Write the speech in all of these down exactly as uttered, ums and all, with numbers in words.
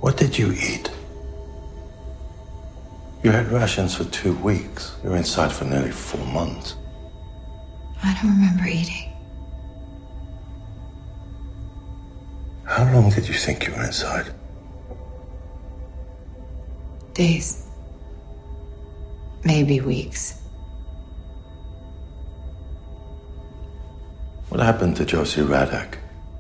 What did you eat? You had rations for two weeks. You were inside for nearly four months. I don't remember eating. How long did you think you were inside? Days. Maybe weeks. What happened to Josie Radak?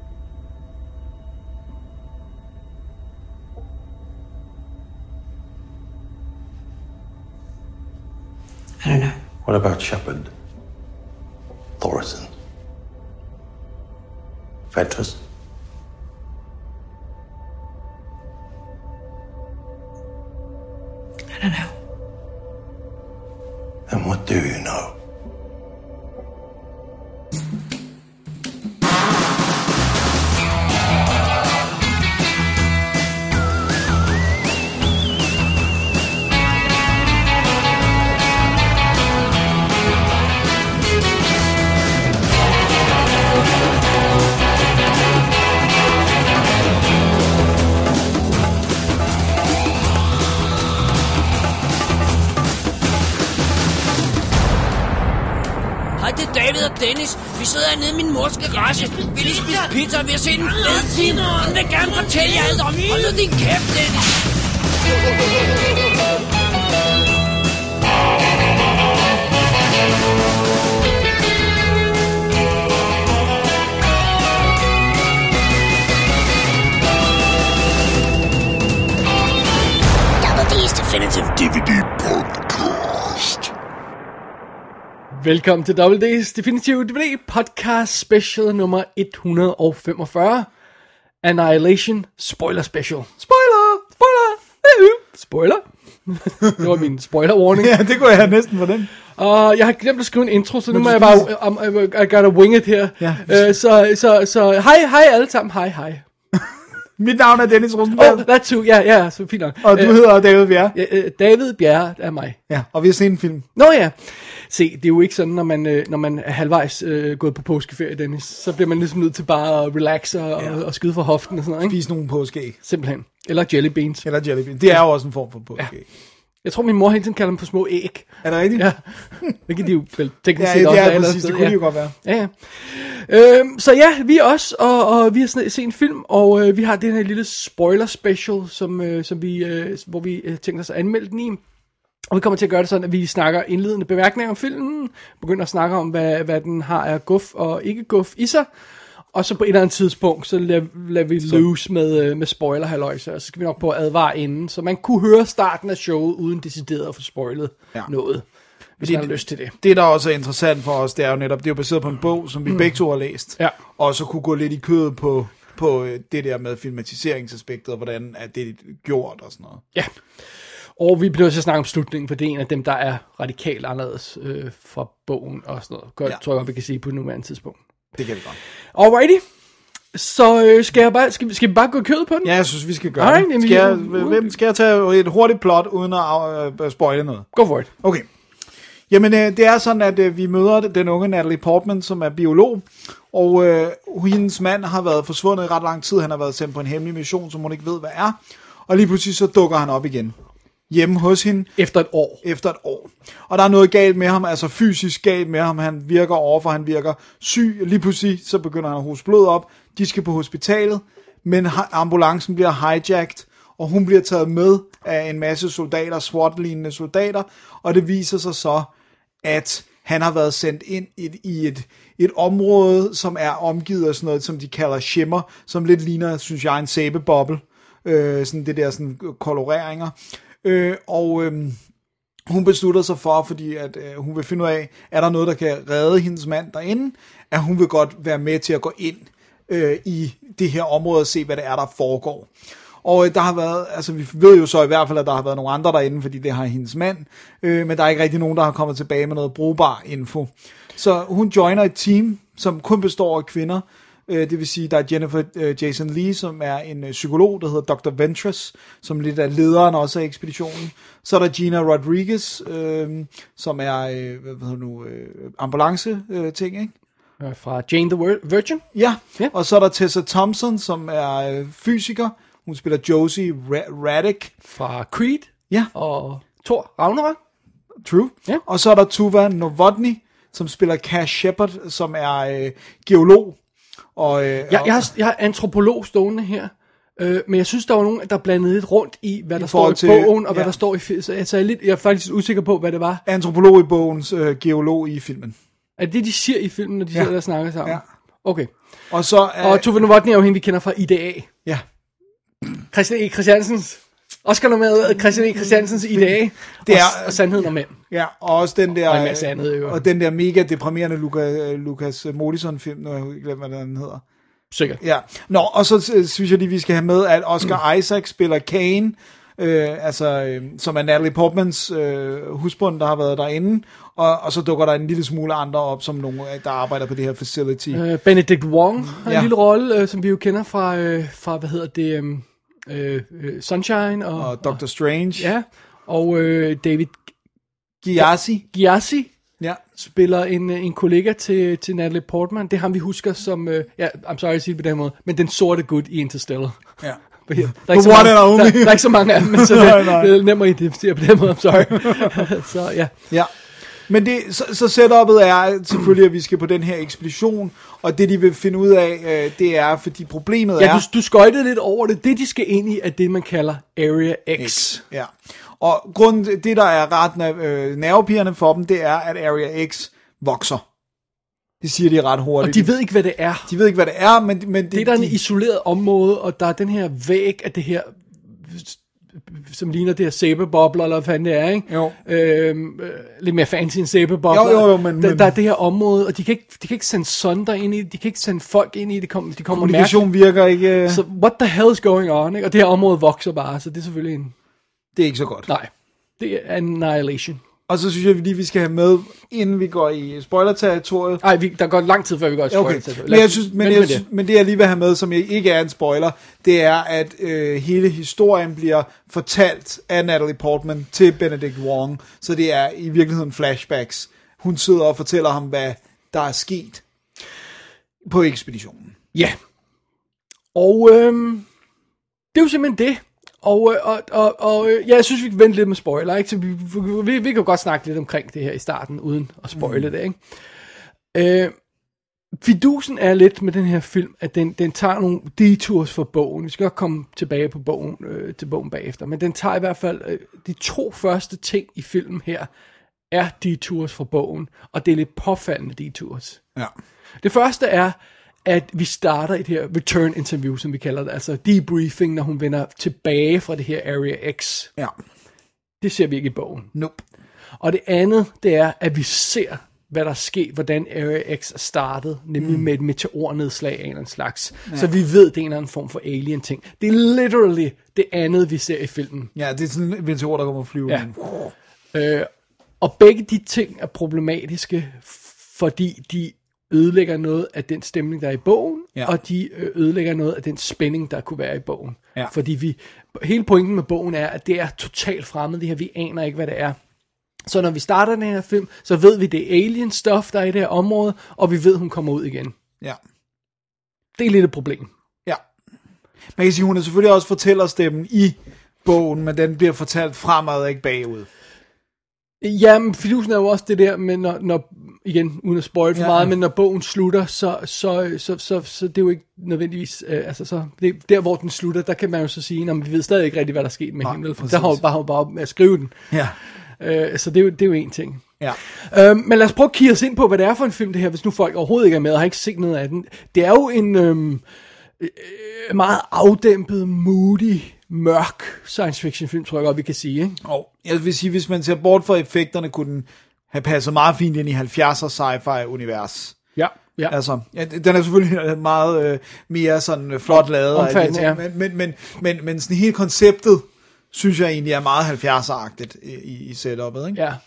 I don't know. What about Shepard? Thorson? Ventress? I don't know. And what do you know? David og Dennis, vi sidder hernede i min mors garage. Vi lige spise pizza, og vi har set en fed film. Han vil gerne fortælle jer alt om. Hold nu din kæft, Dennis. Double D's Definitive D V D Podcast. Velkommen til Double D's Definitive D V D Podcast Special nummer et hundrede og femogfyrre. Annihilation Spoiler Special. Spoiler! Spoiler! Spoiler! Det var min spoiler warning. Ja, det kunne jeg næsten på den. Og jeg har glemt at skrive en intro, så nu må jeg bare... Um, I gotta wing it her. Ja. Uh, så, så, så hej, hej alle sammen. Hej, hej. Mit navn er Dennis Rosenberg. Oh, that too. Ja, ja, så fint nok. Og du uh, hedder David Bjerre. Uh, David Bjerre er mig. Ja, og vi har set en film. Nå ja. Se, det er jo ikke sådan, når man, øh, når man er halvvejs øh, gået på påskeferie, Dennis, så bliver man ligesom nødt til bare at relaxe og, ja. og, og skyde for hoften og sådan noget, ikke? Spise nogle påskeæg. Simpelthen. Eller jelly beans. Eller jelly beans. Det er jo også en form for påskeæg. Ja. Jeg tror, min mor hele tiden kalder dem for små æg. Er det rigtigt? Ja. Det kan de jo vel teknisk ja, set også. Ja, ja, præcis. Det kunne ja. de jo godt være. Ja, ja. Øhm, så ja, vi er også, og, og vi har set en film, og øh, vi har den her lille spoiler special, som, øh, som vi, øh, hvor vi øh, tænker os at anmelde den i. Og vi kommer til at gøre det sådan, at vi snakker indledende bemærkninger om filmen, begynder at snakke om, hvad, hvad den har af guf og ikke guf i sig, og så på et eller andet tidspunkt, så lader, lader vi så. loose med, med spoiler-halløjse, og så skal vi nok på at advare inden, så man kunne høre starten af showet, uden decideret at få spoilet ja. noget, hvis man har lyst til det. Det, der også er interessant for os, det er jo netop, det er jo baseret på en bog, som vi mm. begge to har læst, ja. og så kunne gå lidt i kødet på, på det der med filmatiseringsaspektet, og hvordan er det gjort og sådan noget. Ja. Og vi bliver også at snakke om slutningen, for det er en af dem, der er radikalt anderledes øh, fra bogen og sådan noget. Godt, ja. Tror jeg, vi kan sige på nuværende tidspunkt. Det kan vi godt. Alrighty. Så øh, skal, jeg bare, skal, skal vi bare gå kød på den? Ja, jeg synes, vi skal gøre Alright, det. Skal jeg, hvem, skal jeg tage et hurtigt plot, uden at uh, spoile noget? Go for it. Okay. Jamen, øh, det er sådan, at øh, vi møder den unge Natalie Portman, som er biolog, og øh, hendes mand har været forsvundet i ret lang tid. Han har været sendt på en hemmelig mission, som hun ikke ved, hvad er. Og lige pludselig så dukker han op igen. Hjemme hos hende. Efter et år. Efter et år. Og der er noget galt med ham, altså fysisk galt med ham. Han virker overfor, han virker syg. Lige pludselig så begynder han at hoste blod op. De skal på hospitalet, men ambulancen bliver hijacked, og hun bliver taget med af en masse soldater, SWAT-lignende soldater. Og det viser sig så, at han har været sendt ind i et, i et, et område, som er omgivet af sådan noget, som de kalder shimmer, som lidt ligner, synes jeg, en sæbeboble. Øh, sådan det der sådan koloreringer. Øh, og øh, hun beslutter sig for, fordi at øh, hun vil finde ud af, er der noget, der kan redde hendes mand derinde, at hun vil godt være med til at gå ind øh, i det her område og se, hvad det er, der foregår. Og øh, der har været, altså vi ved jo så i hvert fald, at der har været nogle andre derinde, fordi det har hendes mand, øh, men der er ikke rigtig nogen, der har kommet tilbage med noget brugbar info. Så hun joiner et team, som kun består af kvinder. Det vil sige, der er Jennifer uh, Jason Leigh, som er en uh, psykolog, der hedder doktor Ventress, som lidt er lederen også af ekspeditionen. Så er der Gina Rodriguez, øh, som er øh, hvad hedder nu, øh, ambulance øh, ting, ikke? Fra Jane the Virgin. Ja, yeah. Og så er der Tessa Thompson, som er øh, fysiker. Hun spiller Josie Ra- Radek. Fra Creed. Ja. Og Thor Ragnarok. True. Ja. Og så er der Tuva Novotny, som spiller Cash Shepard, som er øh, geolog. Og, øh, Jeg, jeg, har, jeg har antropolog stående her. Øh, men jeg synes, der var nogen, der blandede lidt rundt i, hvad der står i til, bogen, og hvad ja. der står i filmen. Så jeg, så jeg, er lidt, jeg er faktisk usikker på, hvad det var. Antropolog i bogens, øh, geolog i filmen. Er det det, de siger i filmen, når de Ja. sidder der og snakker sammen? Ja. Okay. Og så er... Og Tove Novotny er jo hende, vi kender fra I D A. Ja. Christian E. Christiansens. Oscar nomineret Christian E. Christiansens I D A. Det og, er- og Sandheden om mænd. Ja, og også den der... Og en masse andet, jo. Og den der mega deprimerende Luca, Lucas Moodysson-film, nu har jeg glemt, hvad den hedder. Sikkert. Ja, nå, og så øh, synes jeg lige, vi skal have med, at Oscar mm. Isaac spiller Kane, øh, altså, øh, som er Natalie Portmans øh, husbund, der har været derinde, og, og så dukker der en lille smule andre op, som nogle, der arbejder på det her facility. Uh, Benedict Wong har Ja. en lille rolle, uh, som vi jo kender fra, uh, fra hvad hedder det, um, uh, uh, Sunshine. Og, Og Doctor Strange. Ja, og uh, David Gyasi. Gyasi Ja. spiller en, en kollega til, til Natalie Portman. Det er ham, vi husker som, uh, ja, I'm sorry at sige det på den måde, men den sorte gut i Interstellar. Ja. Der er, ikke The så one mange, and only. der, der er ikke så mange af dem, så Nej, det, nej. det er nemmere at identificere på den måde, I'm sorry. Så ja. Ja. Men det, så, så setupet er selvfølgelig, at vi skal på den her ekspedition, og det de vil finde ud af, øh, det er, fordi problemet Ja, er... du, du skøjtede lidt over det. Det, de skal ind i, er det, man kalder Area X. X. Ja. Og grunden, det der er ret øh, nervepirrende for dem, det er, at Area X vokser. Det siger de ret hurtigt. Og de ved ikke, hvad det er. de ved ikke, hvad det er, men, men det, Det er der er en de, isoleret område, og der er den her væg af det her, som ligner det her sæbebobler, eller hvad fanden det er, ikke? Jo. Øhm, øh, lidt mere fancy end sæbebobler. Jo, jo, jo, men- der, men- der er det her område, og de kan ikke, de kan ikke sende sonder ind i det, de kan ikke sende folk ind i det, de kommer, de kommer kommunikation virker ikke... mærkeligt. Så what the hell is going on, ikke? Og det her område vokser bare, så det er selvfølgelig en... Det er ikke så godt. Nej, det er annihilation. Og så synes jeg lige, vi skal have med, inden vi går i spoiler-territoriet. Nej, vi, der går lang tid, før vi går i spoiler. Okay. Men, jeg synes, men, jeg, synes, men det jeg lige vil have med, som ikke er en spoiler, det er, at øh, hele historien bliver fortalt af Natalie Portman til Benedict Wong. Så det er i virkeligheden flashbacks. Hun sidder og fortæller ham, hvad der er sket på ekspeditionen. Ja. Og øhm, det er jo simpelthen det. Og, øh, og, og, og ja, jeg synes, vi kan vente lidt med spoiler, ikke? Så vi, vi, vi kan godt snakke lidt omkring det her i starten, uden at spoile mm. det, ikke? Øh, fidusen er lidt med den her film, at den, den tager nogle detours for bogen. Vi skal også komme tilbage på bogen, øh, til bogen bagefter, men den tager i hvert fald øh, de to første ting i filmen her, er detours fra bogen, og det er lidt påfaldende detours. Ja. Det første er, at vi starter et her return interview, som vi kalder det, altså debriefing, når hun vender tilbage fra det her Area X. Ja. Det ser vi ikke i bogen. Nope. Og det andet, det er, at vi ser, hvad der er sket, hvordan Area X er startet, nemlig mm. med et meteornedslag af en eller anden slags. Ja. Så vi ved, det er en eller anden form for alien ting. Det er literally det andet, vi ser i filmen. Ja, det er sådan en meteor, der kommer og flyver. Ja. Øh, og begge de ting er problematiske, fordi de ødelægger noget af den stemning, der er i bogen, Ja. og de ødelægger noget af den spænding, der kunne være i bogen. Ja. Fordi vi, hele pointen med bogen er, at det er totalt fremmed, det her, vi aner ikke, hvad det er. Så når vi starter den her film, så ved vi, det er alien stuff, der er i det her område, og vi ved, hun kommer ud igen. Ja. Det er lidt et problem. Ja. Man kan sige, hun er selvfølgelig også fortællerstemmen i bogen, men den bliver fortalt fremad og ikke bagud. Jamen, fidusen er jo også det der med, når, når igen, uden at spoil for Ja. meget, men når bogen slutter, så, så, så, så, så det er jo ikke nødvendigvis, øh, altså så, det, der hvor den slutter, der kan man jo så sige, at vi ved stadig ikke rigtig, hvad der er sket med Nej, hende, for præcis. der har hun bare, bare med at skrive den. Ja. Øh, så det er, jo, det er jo en ting. Ja. Øh, men lad os prøve at kigge os ind på, hvad det er for en film det her, hvis nu folk overhovedet ikke er med og har ikke set noget af den. Det er jo en øhm, øh, meget afdæmpet, moody, mørk science fiction film, tror jeg godt, vi kan sige, ikke? Og jeg vil sige, hvis man ser bort fra effekterne, kunne den have passet meget fint ind i halvfjerdser sci-fi-univers. Ja, ja. Altså, ja, den er selvfølgelig meget øh, mere sådan øh, flot lavet, og alle de Omfattende, ting, men, men, men, men, men sådan hele konceptet, synes jeg egentlig er meget halvfjerdser-agtigt i, i setupet, ikke? Ja.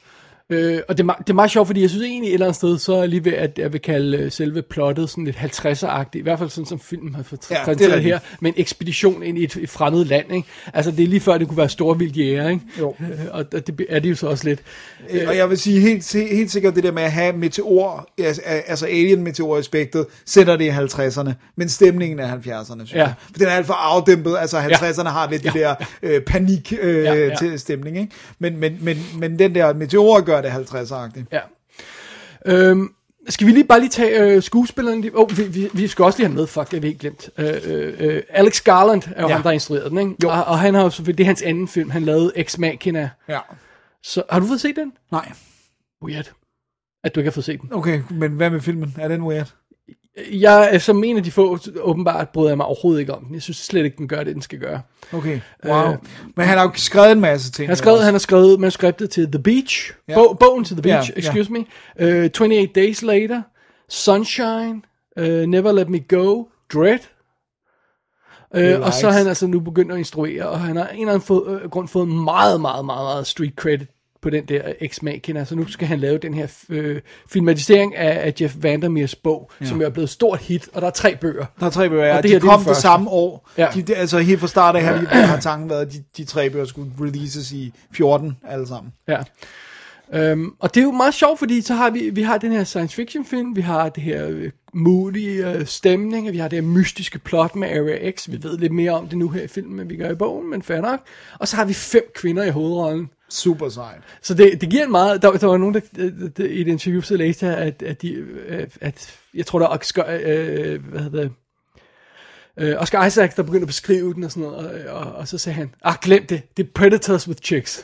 Øh, og det er, me- det er meget sjovt, fordi jeg synes egentlig et eller andet sted, så er lige ved, at jeg vil kalde øh, selve plottet sådan lidt halvtredser-agtigt, i hvert fald sådan som filmen har fået Ja, præsenteret her, med en ekspedition ind i et, et fremmed land, ikke? Altså det er lige før, det kunne være storvildt jæger, ikke? Jo. Øh, og det er det jo så også lidt. Øh, og jeg vil sige helt, helt sikkert det der med at have meteor, altså, altså alien-meteor-aspektet, sætter det i halvtredserne, men stemningen er halvfjerdserne, synes Ja. jeg. For den er alt for afdæmpet, altså halvtredserne har lidt Ja. det der øh, panik øh, Ja, ja. til stemning, ikke? Men, men, men, men den der meteor gør det halvtredser-agtigt. Ja. Øhm, skal vi lige bare lige tage øh, skuespillerne? Åh, oh, vi, vi, vi skal også lige have med, fuck, det har vi ikke glemt. Øh, øh, øh, Alex Garland er jo Ja. ham, der instruerede den, ikke? Jo. Og, og han har jo selvfølgelig, det er hans anden film, han lavede Ex Machina. Ja. Så har du fået set den? Nej. Weird. At du ikke har fået set den. Okay, men hvad med filmen? Er den weird? Jeg er som en af de få, åbenbart bryder jeg mig overhovedet ikke om den. Jeg synes slet ikke, den gør det, den skal gøre. Okay, wow. Øh, men han har jo skrevet en masse ting. Han har skrevet, han har skrevet manuskriptet til The Beach, Ja. Bo, bogen til The Beach, Ja, excuse me, uh, twenty-eight Days Later, Sunshine, uh, Never Let Me Go, Dread, uh, og så er han altså nu begyndt at instruere, og han har en eller anden fod, uh, grund fået meget, meget, meget, meget street credit på den der Ex Machina, så nu skal han lave den her øh, filmatisering af, af Jeff Vandermeers bog, ja. som jo er blevet et stort hit, og der er tre bøger. Der er tre bøger, ja. Og det De her, det er kom den det første. samme år. Ja. De, de, altså helt fra start af har, de, har tanken været, at de, de tre bøger skulle releases i fjorten alle sammen. Ja. Øhm, og det er jo meget sjovt, fordi så har vi, vi har den her science fiction film, vi har det her øh, moody øh, stemning, og vi har det her mystiske plot med Area X, vi ved lidt mere om det nu her i filmen, end vi gør i bogen, men fair nok. Og så har vi fem kvinder i hovedrollen. Super sejt. Så det, det giver en meget, der, der var nogen, der, der i et interview så læste jeg, at, at, de, øh, at jeg tror der er Oscar, øh, hvad hedder det, øh, Oscar Isaac, der begyndte at beskrive den og sådan noget, og, og, og så sagde han, ah, glem det, det er Predators with chicks.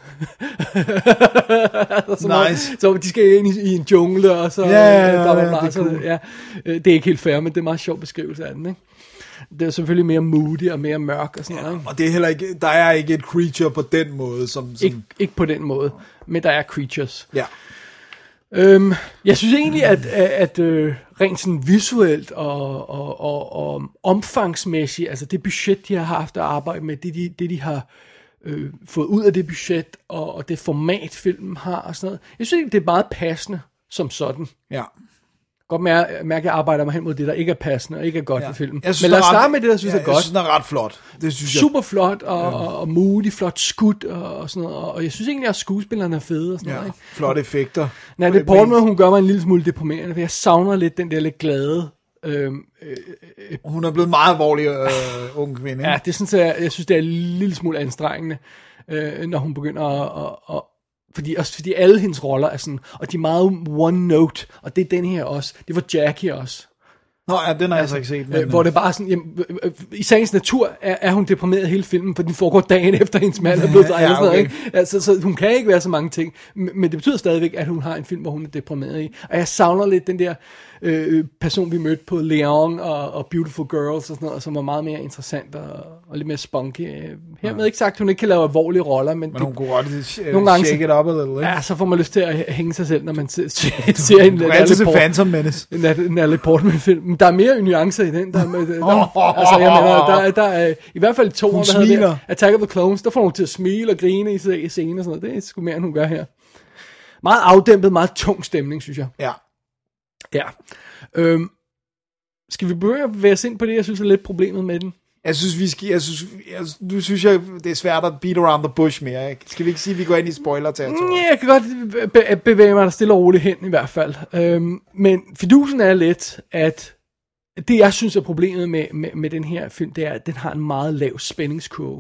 så Nice. Så de skal ind i, i en jungle, og så, Ja, ja, øh, ja, der var ja, bare, det er så, cool. ja, øh, det er ikke helt fair, men det er en meget sjov beskrivelse af den, ikke? Det er selvfølgelig mere moody og mere mørk og sådan noget, ikke? Og det er heller ikke, der er ikke et creature på den måde, som... som Ikke, ikke på den måde, men der er creatures. ja. Øhm, jeg synes egentlig, at, at, at øh, rent sådan visuelt og, og, og, og omfangsmæssigt, altså det budget, de har haft at arbejde med, det de, det, de har øh, fået ud af det budget, og, og det format, filmen har og sådan noget. Jeg synes egentlig, det er meget passende som sådan. Ja. Godt mærke, mærke, at jeg arbejder mig hen mod det, der ikke er passende og ikke er godt Ja. for filmen. Jeg synes, Men lad os den er starte ret- med det, der synes ja, er godt. Jeg synes, den er ret flot. Det synes jeg. Super flot og, ja. og, og moody, flot skud og, og sådan noget. Og jeg synes egentlig, at skuespillerne er fede og sådan Ja. noget. Ikke? Flotte effekter. Nej, det Portman, hun gør mig en lille smule deprimerende, for jeg savner lidt den der lidt glade. Øhm, øh, øh, Hun er blevet meget alvorlig øh, ung kvinde. Ikke? ja, det synes jeg, jeg synes, det er en lille smule anstrengende, øh, når hun begynder at... at, at fordi, også fordi alle hendes roller er sådan, og de er meget one note, og det er den her også. Det var Jackie også. Nå ja, den har jeg så ikke set. Men, Øh, hvor det bare er sådan, jamen, øh, øh, i sagens natur er, er hun deprimeret hele filmen, for den foregår dagen efter hendes mand er blevet dræbt. Ja, Ja, okay. okay. Ikke? Altså, så hun kan ikke være så mange ting, men, men det betyder stadigvæk, at hun har en film, hvor hun er deprimeret i. Og jeg savner lidt den der øh, person, vi mødte på Leon og, og Beautiful Girls og sådan noget, som var meget mere interessant og, og lidt mere spunky. Hermed ja. ikke sagt, at hun ikke kan lave alvorlige roller, men, men hun kunne godt uh, Nogle gange shake så- it up a little. Ikke? ja, så får man lyst til at hænge sig selv, når man ser, ser en Du kan altid se Natalie Port- Phantom Menace. en Nat- Natalie Portman-film. Men der er mere nuancer i den. Der, er med, der, der, altså, jeg mener, der, er- der er i hvert fald to, Hun hvad hedder smiler. det, Attack of the Clones, der får hun til at smile og grine i, i scenen og sådan noget. Det er sgu mere, end hun gør her. Meget afdæmpet, meget tung stemning, synes jeg. Ja. Ja. Øhm, skal vi begynde at bevæge os ind på det, jeg synes er lidt problemet med den? Jeg synes, vi skal... Jeg synes, jeg, nu synes jeg, det er svært at beat around the bush mere. Ikke? Skal vi ikke sige, at vi går ind i spoiler-territoriet? Ja, jeg kan godt be- bevæge mig der stille og roligt hen i hvert fald. Øhm, men fidusen er lidt, at det jeg synes er problemet med, med, med den her film, det er, at den har en meget lav spændingskurve.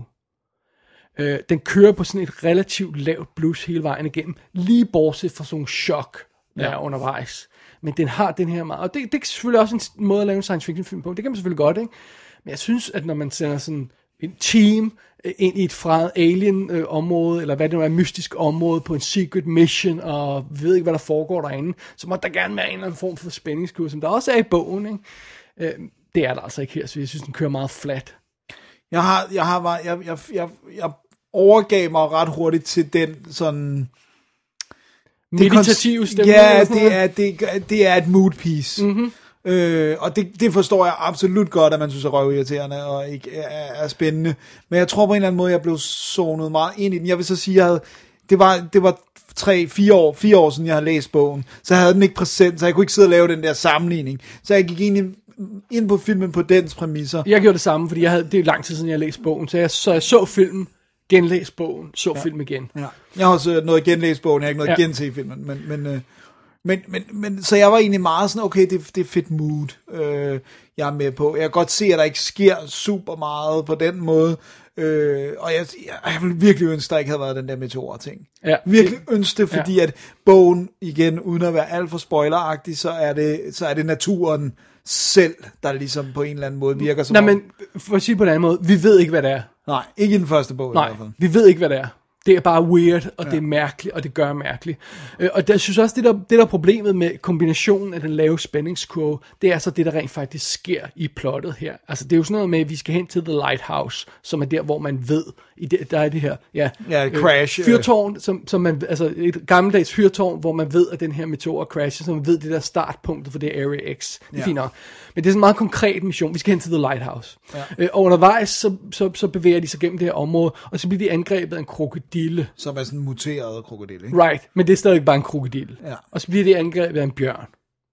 Øh, den kører på sådan et relativt lavt blues hele vejen igennem, lige bortset fra sådan nogle chok, der Ja. er undervejs. Men den har den her meget, og det, det er selvfølgelig også en måde at lave en science fiction film på, det kan man selvfølgelig godt, ikke? Men jeg synes, at når man sender sådan en team øh, ind i et fra alien øh, område, eller hvad det nu er, mystisk område på en secret mission, og vi ved ikke, hvad der foregår derinde, så må der gerne være en eller anden form for spændingskurve, som der også er i bogen, ikke? Øh, det er der altså ikke her, så jeg synes, den kører meget flat. Jeg har, jeg har meget, jeg, jeg, jeg, jeg overgav mig ret hurtigt til den sådan... Meditativ stemning. Ja, eller sådan det noget. er, det, det er et mood piece. Mm-hmm. Øh, og det, det forstår jeg absolut godt, at man synes er røvirriterende og ikke er, er spændende. Men jeg tror på en eller anden måde, jeg blev zonet meget ind i den. Jeg vil så sige, at jeg havde, det, var, det var tre, fire år, fire år siden, jeg har læst bogen, så havde den ikke præsent, så jeg kunne ikke sidde og lave den der sammenligning. Så jeg gik egentlig ind på filmen på dens præmisser. Jeg gjorde det samme, fordi jeg havde, det er lang tid siden, jeg læste bogen, så jeg så, jeg så filmen, genlæste bogen, så ja. film igen. Ja. Jeg har også noget genlæst bogen, jeg har ikke noget ja. gense filmen, men, men, øh, men, men, men, så jeg var egentlig meget sådan, okay, det, det er fedt mood, øh, jeg er med på. Jeg kan godt se, at der ikke sker super meget på den måde, øh, og jeg, jeg, jeg ville virkelig ønske, der ikke havde været den der meteor-ting. Ja. Virkelig ønske det, fordi ja. at bogen, igen, uden at være alt for spoileragtig, så er det, så er det naturen selv, der ligesom på en eller anden måde virker som Nej, om... men for at sige på en anden måde, vi ved ikke, hvad det er. Nej, ikke i den første bog. Nej, i hvert fald. Vi ved ikke, hvad det er. Det er bare weird, og ja. det er mærkeligt, og det gør mærkeligt. Øh, og jeg synes også, det der, det der er problemet med kombinationen af den lave spændingskurve, det er så det, der rent faktisk sker i plottet her. Altså, det er jo sådan noget med, at vi skal hen til The Lighthouse, som er der, hvor man ved, i det, der er det her, ja, ja crash. Øh, fyrtårn, som, som man, altså et gammeldags fyrtårn, hvor man ved, at den her meteor crasher, så man ved, det der startpunktet for det Area X. Det er ja. fint nok. Men det er sådan en meget konkret mission. Vi skal hen til The Lighthouse. Ja. Øh, og undervejs, så, så, så bevæger de sig gennem det her område, og så bliver de angrebet af en krokodille. Som er sådan en muteret krokodille, ikke? Right, men det er stadig bare en krokodille. Ja. Og så bliver de angrebet af en bjørn.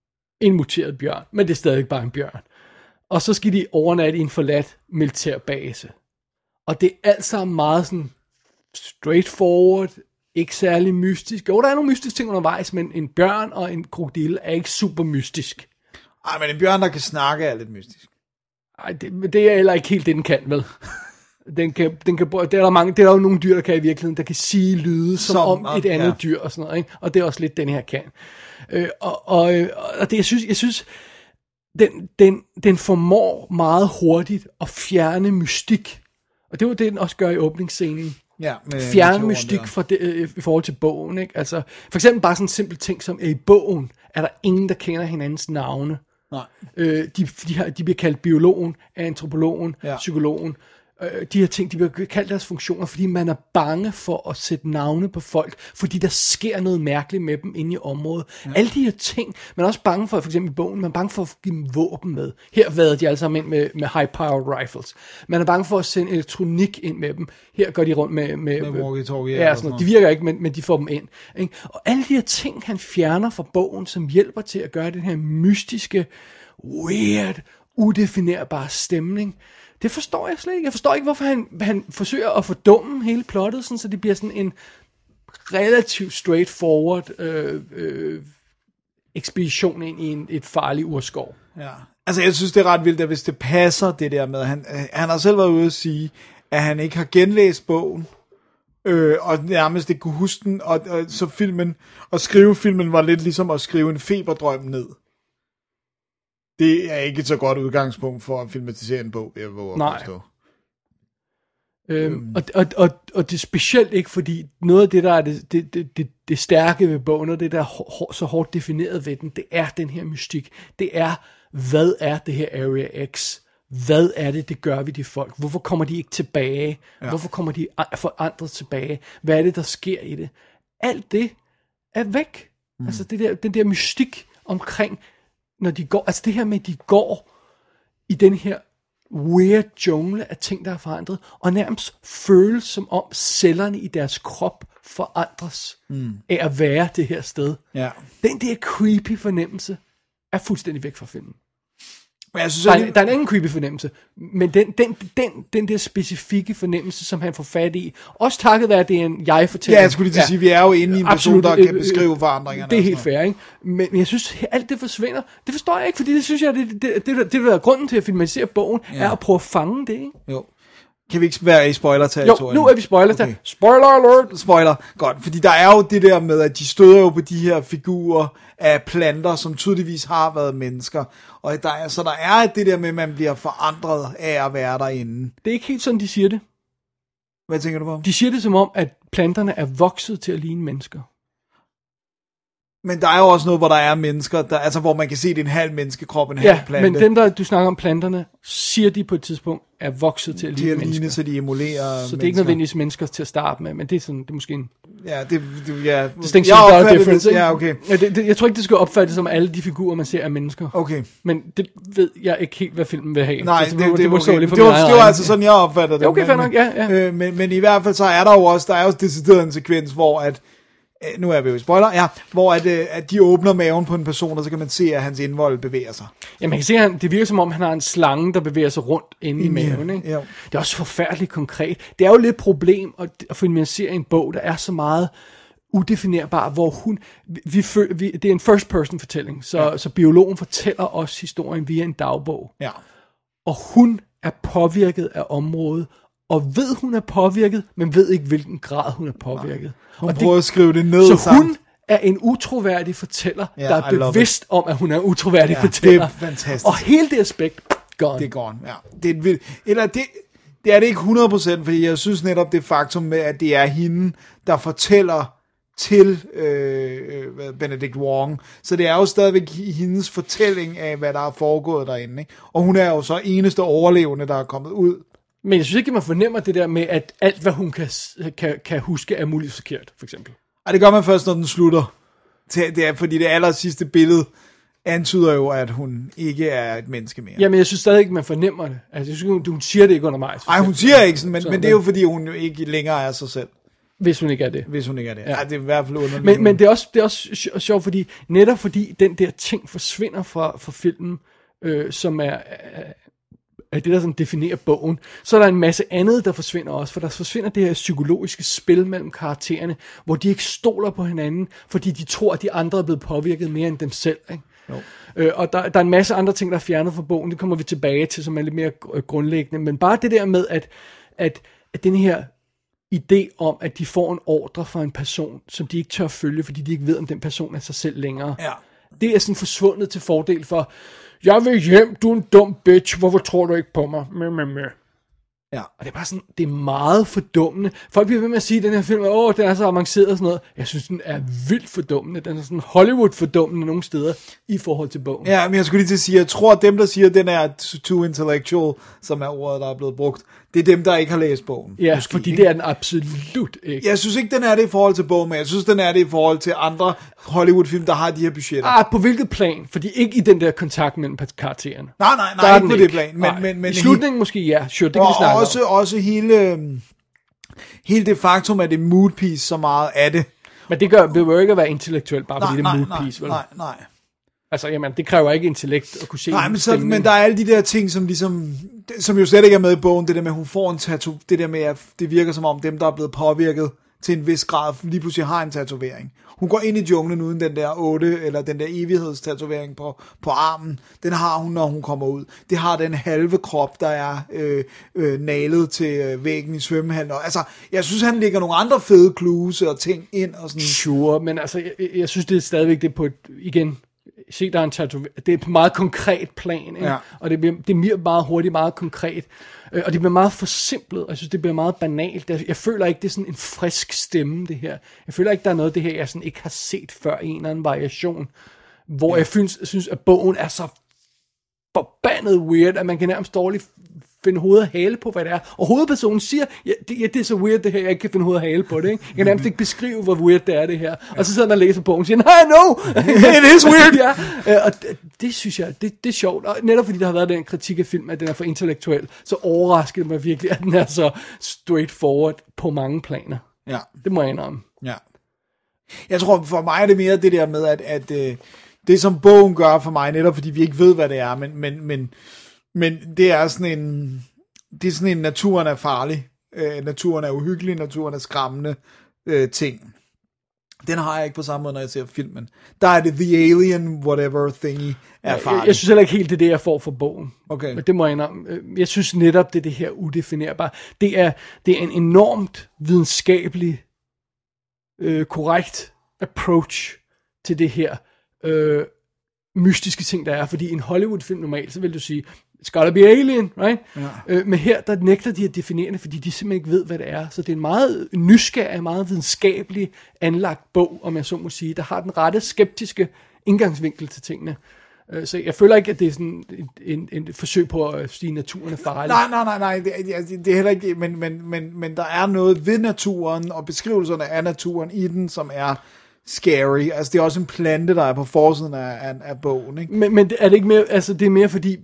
En muteret bjørn, men det er stadig bare en bjørn. Og så skal de overnatte i en forladt militærbase. Og det er alt sammen meget sådan straightforward, ikke særlig mystisk. Jo, der er nogle mystiske ting undervejs, men en bjørn og en krokodille er ikke super mystisk. Ej, men en bjørn, der kan snakke, er lidt mystisk. Ej, det, det er heller ikke helt det, den kan, vel? Den kan, den kan, det, er der mange, det er der jo nogle dyr, der kan i virkeligheden, der kan sige lyde som, som om et andet ja. dyr og sådan noget, ikke? Og det er også lidt, den her kan. Øh, og, og, og det, jeg synes, jeg synes den, den, den formår meget hurtigt at fjerne mystik. Og det var det, den også gør i åbningsscenen. Ja, fjerne mystik for det, øh, i forhold til bogen, ikke? Altså, for eksempel bare sådan en simpel ting som, at i bogen er der ingen, der kender hinandens navne. Nej. Øh, de, de, har, de bliver kaldt biologen, antropologen, ja. psykologen. Øh, de her ting, de bliver kaldt deres funktioner, fordi man er bange for at sætte navne på folk, fordi der sker noget mærkeligt med dem inde i området. Ja. Alle de her ting, man er også bange for, for eksempel i bogen, man er bange for at give dem våben med. Her vader de alle sammen ind med, med high-powered rifles. Man er bange for at sende elektronik ind med dem. Her går de rundt med... Med, med walkie-talkie. Ja, sådan noget. De virker ikke, men, men de får dem ind. Ikke? Og alle de her ting, han fjerner fra bogen, som hjælper til at gøre den her mystiske, weird, udefinerbare stemning, det forstår jeg slet ikke. Jeg forstår ikke, hvorfor han, han forsøger at fordumme hele plottet, sådan, så det bliver sådan en relativt straightforward øh, øh, ekspedition ind i en, et farligt urskov. Ja. Altså, jeg synes, det er ret vildt, at hvis det passer, det der med, han, han har selv været ude at sige, at han ikke har genlæst bogen, øh, og nærmest ikke kunne huske den, og, og så filmen, og skrive filmen var lidt ligesom at skrive en feberdrøm ned. Det er ikke et så godt udgangspunkt for at filmatisere en bog, jeg våger Nej. at forstå. Øhm, mm. og, og, og, og det er specielt ikke, fordi noget af det, der er det, det, det, det, det stærke ved bogen, og det, der er hår, så hårdt defineret ved den, det er den her mystik. Det er, hvad er det her Area X? Hvad er det, det gør ved de folk? Hvorfor kommer de ikke tilbage? Ja. Hvorfor kommer de forandret tilbage? Hvad er det, der sker i det? Alt det er væk. Mm. Altså det der, den der mystik omkring, når de går, altså det her med, at de går i den her weird jungle af ting, der er forandret, og nærmest føles som om cellerne i deres krop forandres mm. af at være det her sted. Ja. Den der creepy fornemmelse er fuldstændig væk fra filmen. Men jeg synes, der, er, det... der er en anden creepy fornemmelse, men den, den, den, den der specifikke fornemmelse, som han får fat i, også takket være, at det er en jeg-fortælling. Ja, jeg skulle lige til at sige, vi er jo inde i en person, der kan beskrive forandringerne. Det er helt fair, ikke? Men jeg synes, alt det forsvinder. Det forstår jeg ikke, fordi det synes jeg, det, det, det, det, det der er grunden til at filmatisere bogen, ja. er at prøve at fange det, ikke? Jo. Kan vi ikke være i spoiler-territoriet? Jo, nu er vi spoiler okay. Spoiler alert! Spoiler, godt. Fordi der er jo det der med, at de støder jo på de her figurer af planter, som tydeligvis har været mennesker. Og der er, så der er det der med, at man bliver forandret af at være derinde. Det er ikke helt sådan, de siger det. Hvad tænker du på? De siger det som om, at planterne er vokset til at ligne mennesker. Men der er jo også noget, hvor der er mennesker, der, altså hvor man kan se, at det er en halv menneskekrop, en ja, halv plante. Men dem, der du snakker om planterne, siger de på et tidspunkt, er vokset til at ligne mennesker. De er så de emulerer Så mennesker. det er ikke nødvendigvis mennesker til at starte med, men det er sådan, det er måske en... Ja, det, det ja. Distinction without a difference, det, ja, okay. Ja, det, det, jeg tror ikke, det skal opfattes som alle de figurer, man ser er mennesker. Okay. Men det ved jeg ikke helt, hvad filmen vil have. Nej, så det, det, det, det, okay. det, det, var, det var altså sådan, jeg opfatter det. Okay, fair nok, ja. ja. Øh, men, men i hvert fald, så er der jo også, der er jo decideret en sekvens, hvor at nu er vi jo i spoiler, ja, hvor at, at de åbner maven på en person, og så kan man se, at hans indvold bevæger sig. Ja, man kan se, at det virker som om, han har en slange, der bevæger sig rundt inde i maven. Ikke? Ja. Det er også forfærdeligt konkret. Det er jo lidt et problem at, at filmatisere en bog, der er så meget udefinerbar, hvor hun, vi, vi, det er en first person fortælling, så, ja. så biologen fortæller os historien via en dagbog. Ja. Og hun er påvirket af området, og ved, hun er påvirket, men ved ikke, hvilken grad hun er påvirket. Nej. Hun og prøver det, at skrive det ned Så sammen. hun er en utroværdig fortæller, yeah, der er bevidst om, at hun er en utroværdig ja, fortæller. Det er fantastisk. Og hele det aspekt, gone. Det er gone, ja. Det er, vildt. Eller det, det er det ikke hundrede procent, fordi jeg synes netop det faktum med, at det er hende, der fortæller til øh, Benedict Wong. Så det er jo stadigvæk hendes fortælling af, hvad der er foregået derinde. Ikke? Og hun er jo så eneste overlevende, der er kommet ud. Men jeg synes ikke, man fornemmer det der med, at alt, hvad hun kan, kan, kan huske, er muligt forkert, for eksempel. Ej, det gør man først, når den slutter. Det er, fordi det aller sidste billede antyder jo, at hun ikke er et menneske mere. Jamen, jeg synes stadig ikke, man fornemmer det. Altså, jeg synes, hun, hun siger det ikke undervejs. Nej, hun siger ikke sådan, men, så, men det er jo, fordi hun jo ikke længere er sig selv. Hvis hun ikke er det. Hvis hun ikke er det. Ja. Ej, det er i hvert fald underligt. Men, men det er også, det er også sjovt, fordi netop fordi den der ting forsvinder fra, fra filmen, øh, som er, er det, der sådan definerer bogen, så er der en masse andet, der forsvinder også, for der forsvinder det her psykologiske spil mellem karaktererne, hvor de ikke stoler på hinanden, fordi de tror, at de andre er blevet påvirket mere end dem selv, ikke? Jo. Øh, og der, der er en masse andre ting, der er fjernet fra bogen, det kommer vi tilbage til, som er lidt mere grundlæggende, men bare det der med, at, at, at den her idé om, at de får en ordre fra en person, som de ikke tør følge, fordi de ikke ved, om den person er sig selv længere. Ja. Det er sådan forsvundet til fordel for, jeg vil hjem, du er en dum bitch, hvorfor tror du ikke på mig? Mæ, mæ, mæ. Ja. Og det er bare sådan, det er meget fordummende. Folk bliver ved med at sige, at den her film, åh, den er så avanceret og sådan noget. Jeg synes, den er vildt fordummende. Den er sådan Hollywood-fordummende nogle steder i forhold til bogen. Ja, men jeg skulle lige til at sige, jeg tror, at dem, der siger, at den er too intellectual, som er ordet, der er blevet brugt, det er dem, der ikke har læst bogen. Ja, måske, fordi ikke? det er den absolut ikke. Jeg synes ikke, den er det i forhold til bogen, men jeg synes, den er det i forhold til andre Hollywood-film, der har de her budgetter. Ah, på hvilket plan? Fordi ikke i den der kontakt mellem karaktererne. Nej, nej, Der nej, er ikke den på det plan. Men, Nej. men, men I slutningen måske, ja, sure, det kan og, vi snakke og også, om. også hele, hele det faktum, at det er mood piece så meget af det. Men det gør, vil jo ikke at være intellektuelt, bare Nej, fordi det er nej, mood nej, piece, vel? nej, nej. Altså, jamen, det kræver ikke intellekt at kunne se Nej, men, så, stemning. men der er alle de der ting, som ligesom, som jo slet ikke er med i bogen, det der med, at hun får en tattoo, det der med, at det virker som om dem, der er blevet påvirket til en vis grad, lige pludselig har en tatovering. Hun går ind i junglen uden den der otte, eller den der evighedstatovering på, på armen. Den har hun, når hun kommer ud. Det har den halve krop, der er øh, øh, nalet til øh, væggen i svømmehallen. Altså, jeg synes, han lægger nogle andre fede clues og ting ind. Og sådan. Sure, men altså, jeg, jeg synes, det er stadigvæk det på et, igen, se, der er en tatovering. Det er på et meget konkret plan, ikke? Ja. Og det bliver, det bliver meget hurtigt, meget konkret. Øh, og det bliver meget forsimplet, og jeg synes, det bliver meget banalt. Jeg, jeg føler ikke, det er sådan en frisk stemme, det her. Jeg føler ikke, der er noget af det her, jeg sådan ikke har set før i en eller anden variation. Hvor ja. jeg synes, synes, at bogen er så forbandet weird, at man kan nærmest dårligt finde hoved og hale på, hvad det er. Og hovedpersonen siger, ja, det, ja, det er så weird det her, jeg ikke kan finde hoved og hale på det. Ikke? Jeg kan nærmest ikke beskrive, hvor weird det er det her. Ja. Og så sidder man og læser bogen og siger, nej, no, it is weird. Ja. Og det, det synes jeg, det, det er sjovt. Og netop fordi der har været den kritik af film, at den er for intellektuel, så overraskede det mig virkelig, at den er så straightforward på mange planer. Ja. Det må jeg indrømme. Ja. Jeg tror, for mig er det mere det der med, at, at øh, det som bogen gør for mig, netop fordi vi ikke ved, hvad det er, men, men, men, men det er sådan en, det er sådan en, naturen er farlig, øh, naturen er uhyggelig, naturen er skræmmende øh, ting. Den har jeg ikke på samme måde, når jeg ser filmen. Der er det The Alien, whatever thingy, er farlig. Jeg, jeg synes heller ikke helt, det er det, jeg får fra bogen. Okay. Men det må jeg indrømme. Jeg synes netop, det er det her udefinerbare. Det er, det er en enormt videnskabelig, øh, korrekt approach til det her øh, mystiske ting, der er. Fordi i en Hollywood-film normalt, så vil du sige, it's gotta be alien, right? Ja. Øh, men her, der nægter de at definere det, fordi de simpelthen ikke ved, hvad det er. Så det er en meget nysgerrig, meget videnskabelig anlagt bog, om jeg så må sige, der har den rette skeptiske indgangsvinkel til tingene. Øh, så jeg føler ikke, at det er sådan en, en, en forsøg på at sige, at naturen er farlig. Nej, nej, nej, nej, det, det, det er heller ikke det, men, men, men, men der er noget ved naturen, og beskrivelserne af naturen i den, som er scary. Altså, det er også en plante, der er på forsiden af, af, af bogen, ikke? Men, men er det ikke mere, altså det er mere fordi,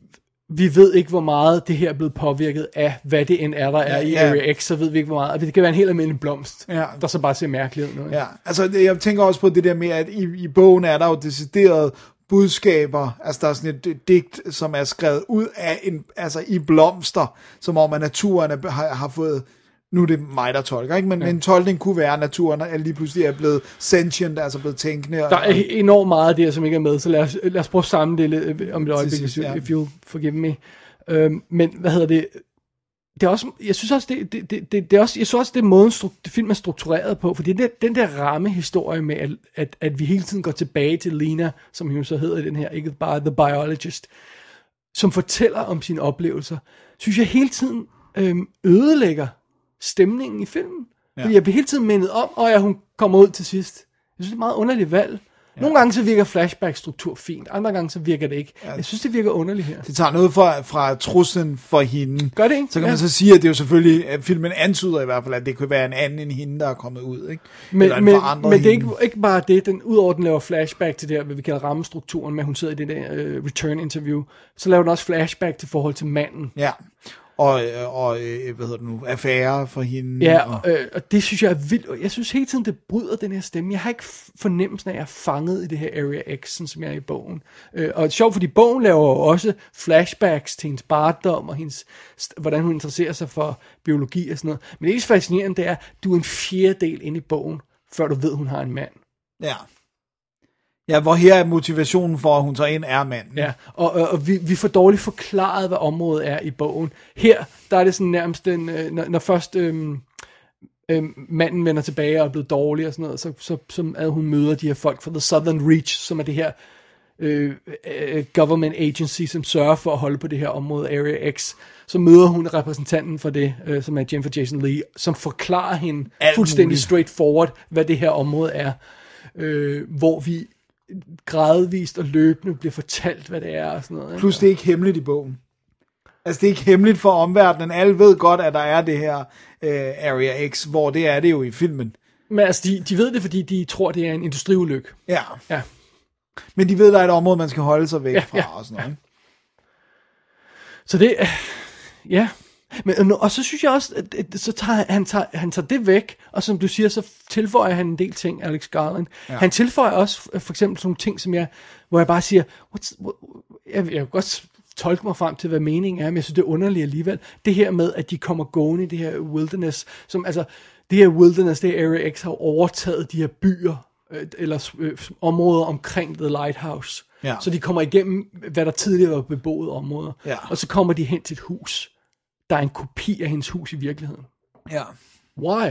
vi ved ikke, hvor meget det her er blevet påvirket af, hvad det end er, der er ja, i ja. Area X, så ved vi ikke, hvor meget. Det kan være en helt almindelig blomst, ja. der så bare ser mærkeligt ud. Ja, altså jeg tænker også på det der med, at i, i bogen er der jo decideret budskaber, altså der er sådan et digt, som er skrevet ud af en, altså i blomster, som om at naturen er, har, har fået, nu er det mig, der tolker, ikke? Men, ja. men en tolkning kunne være, at naturen er lige pludselig er blevet sentient, altså blevet tænkende. Og, der er enormt meget af det, som ikke er med, så lad os, lad os prøve at samle det lidt om et øjeblik, hvis ja. if you'll forgive me. Øhm, men hvad hedder det? Det er også, jeg synes også, det, det, det, det, det er også, jeg synes også, det er måden, det film er struktureret på, fordi det, den der rammehistorie med, at, at, at vi hele tiden går tilbage til Lena, som hun så hedder i den her, ikke bare The Biologist, som fortæller om sine oplevelser, synes jeg hele tiden øhm, ødelægger stemningen i filmen. Ja. Fordi jeg bliver hele tiden mindet om, og ja, hun kommer ud til sidst. Jeg synes, det er et meget underligt valg. Ja. Nogle gange så virker flashback-struktur fint, andre gange så virker det ikke. Ja. Jeg synes, det virker underligt her. Det tager noget fra, fra truslen for hende. Gør det ikke? Så kan ja. man så sige, at det er jo selvfølgelig, at filmen antyder i hvert fald, at det kunne være en anden end hende, der er kommet ud, ikke? Men, men, men det er ikke, ikke bare det, den, udover den laver flashback til det her, hvad vi kalder rammestrukturen, med at hun sidder i det der uh, return-interview, så laver den også flashback til forhold til manden. Ja. Og, og hvad hedder det nu, affære for hende. Ja, og, og, og det synes jeg er vildt. Jeg synes hele tiden, det bryder den her stemme. Jeg har ikke fornemmelsen af, at jeg er fanget i det her Area X, som jeg er i bogen. Og det er sjovt, fordi bogen laver jo også flashbacks til hendes barndom, og hendes, hvordan hun interesserer sig for biologi og sådan noget. Men det mest fascinerende, det er, at du er en fjerdedel inde i bogen, før du ved, hun har en mand. Ja. Ja, hvor her er motivationen for, at hun tager ind, er manden. Ja, og, og, og vi, vi får dårligt forklaret, hvad området er i bogen. Her, der er det sådan nærmest, en, når, når først øhm, øhm, manden vender tilbage og er blevet dårlig og sådan noget, så, så, så at hun møder de her folk fra The Southern Reach, som er det her øh, øh, government agency, som sørger for at holde på det her område, Area X. Så møder hun repræsentanten for det, øh, som er Jennifer Jason Leigh, som forklarer hende alt fuldstændig muligt. Straightforward, hvad det her område er. Øh, hvor vi gradvist og løbende bliver fortalt, hvad det er og sådan noget. Ikke? Plus det er ikke hemmeligt i bogen. Altså det er ikke hemmeligt for omverdenen. Alle ved godt, at der er det her øh, Area X, hvor det er det jo i filmen. Men altså, de, de ved det, fordi de tror, det er en industriulykke. Ja. ja. Men de ved, der er et område, man skal holde sig væk ja, fra ja, og sådan noget. Ja. Så det, ja. Men, og så synes jeg også, at så tager, han, tager, han tager det væk, og som du siger, så tilføjer han en del ting, Alex Garland. Ja. Han tilføjer også for eksempel sådan nogle ting, som jeg, hvor jeg bare siger, what, jeg, jeg kan godt tolke mig frem til, hvad meningen er, men jeg synes, det er underligt alligevel. Det her med, at de kommer gående i det her wilderness, som altså, det her wilderness, det her Area X har overtaget de her byer, øh, eller øh, områder omkring The Lighthouse. Ja. Så de kommer igennem, hvad der tidligere var beboet områder. Ja. Og så kommer de hen til et hus. Der er en kopi af hendes hus i virkeligheden. Ja. Why?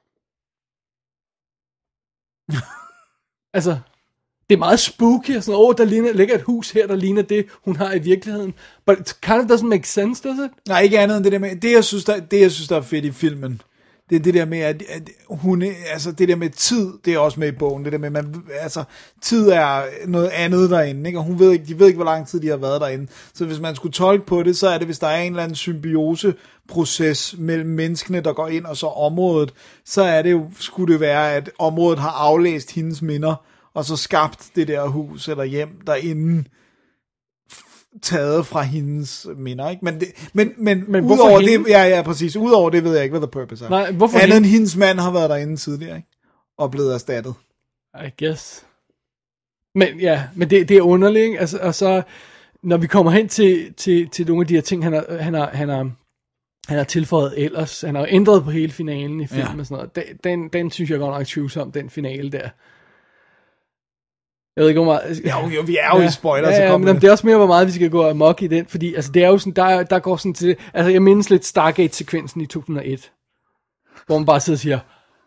altså, det er meget spooky, og sådan, åh, oh, der ligner, ligger et hus her, der ligner det, hun har i virkeligheden. But it kind of doesn't make sense, does it? Nej, ikke andet end det der med, det jeg synes, der, det, jeg synes, der er fedt i filmen, det er det der med, at, at hun, altså det der med tid, det er også med i bogen, det der med, man, altså tid er noget andet derinde, ikke? Og hun ved ikke, de ved ikke, hvor lang tid de har været derinde. Så hvis man skulle tolke på det, så er det, hvis der er en eller anden symbioseproces mellem menneskene, der går ind, og så området, så er det jo, skulle det være, at området har aflæst hendes minder, og så skabt det der hus eller hjem derinde, taget fra hendes minder, ikke? Men, det, men, men, men udover det, ja, ja, præcis, udover det ved jeg ikke, hvad the purpose er. Nej, hvorfor andet end hendes mand har været derinde tidligere, ikke? Og blevet erstattet. I guess. Men ja, men det, det er underligt, ikke? Altså, og så, når vi kommer hen til, til, til nogle af de her ting, han har, han har, han har, han har tilføjet ellers, han har ændret på hele finalen i filmen ja. Og sådan noget. Den, den, den synes jeg godt nok tvivlsom, den finale der. Jeg ved ikke, hvor meget... Ja, jo, vi er jo ja, i spoiler, ja, så ja, men det er også mere, hvor meget vi skal gå amok i den, fordi altså, det er jo sådan, der, der går sådan til... Altså, jeg mindes lidt Stargate-sekvensen i to tusind og et, hvor man bare sidder og siger,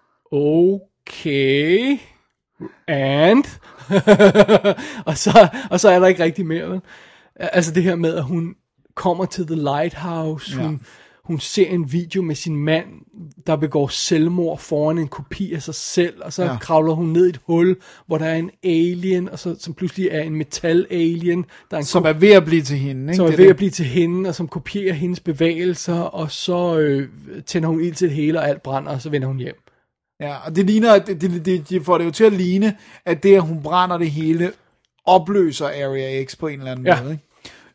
okay, and... og, så, og så er der ikke rigtig mere, vel? Altså, det her med, at hun kommer til The Lighthouse, ja. hun... Hun ser en video med sin mand, der begår selvmord foran en kopi af sig selv, og så ja. Kravler hun ned i et hul, hvor der er en alien, og så, som pludselig er en metal-alien. Der er en som ko- er ved at blive til hende, ikke? Som er det ved det. at blive til hende, og som kopierer hendes bevægelser, og så øh, tænder hun ild til det hele, og alt brænder, og så vender hun hjem. Ja, og det ligner, det, det, det, de får det jo til at ligne, at det, at hun brænder det hele, opløser Area X på en eller anden ja. måde, ikke?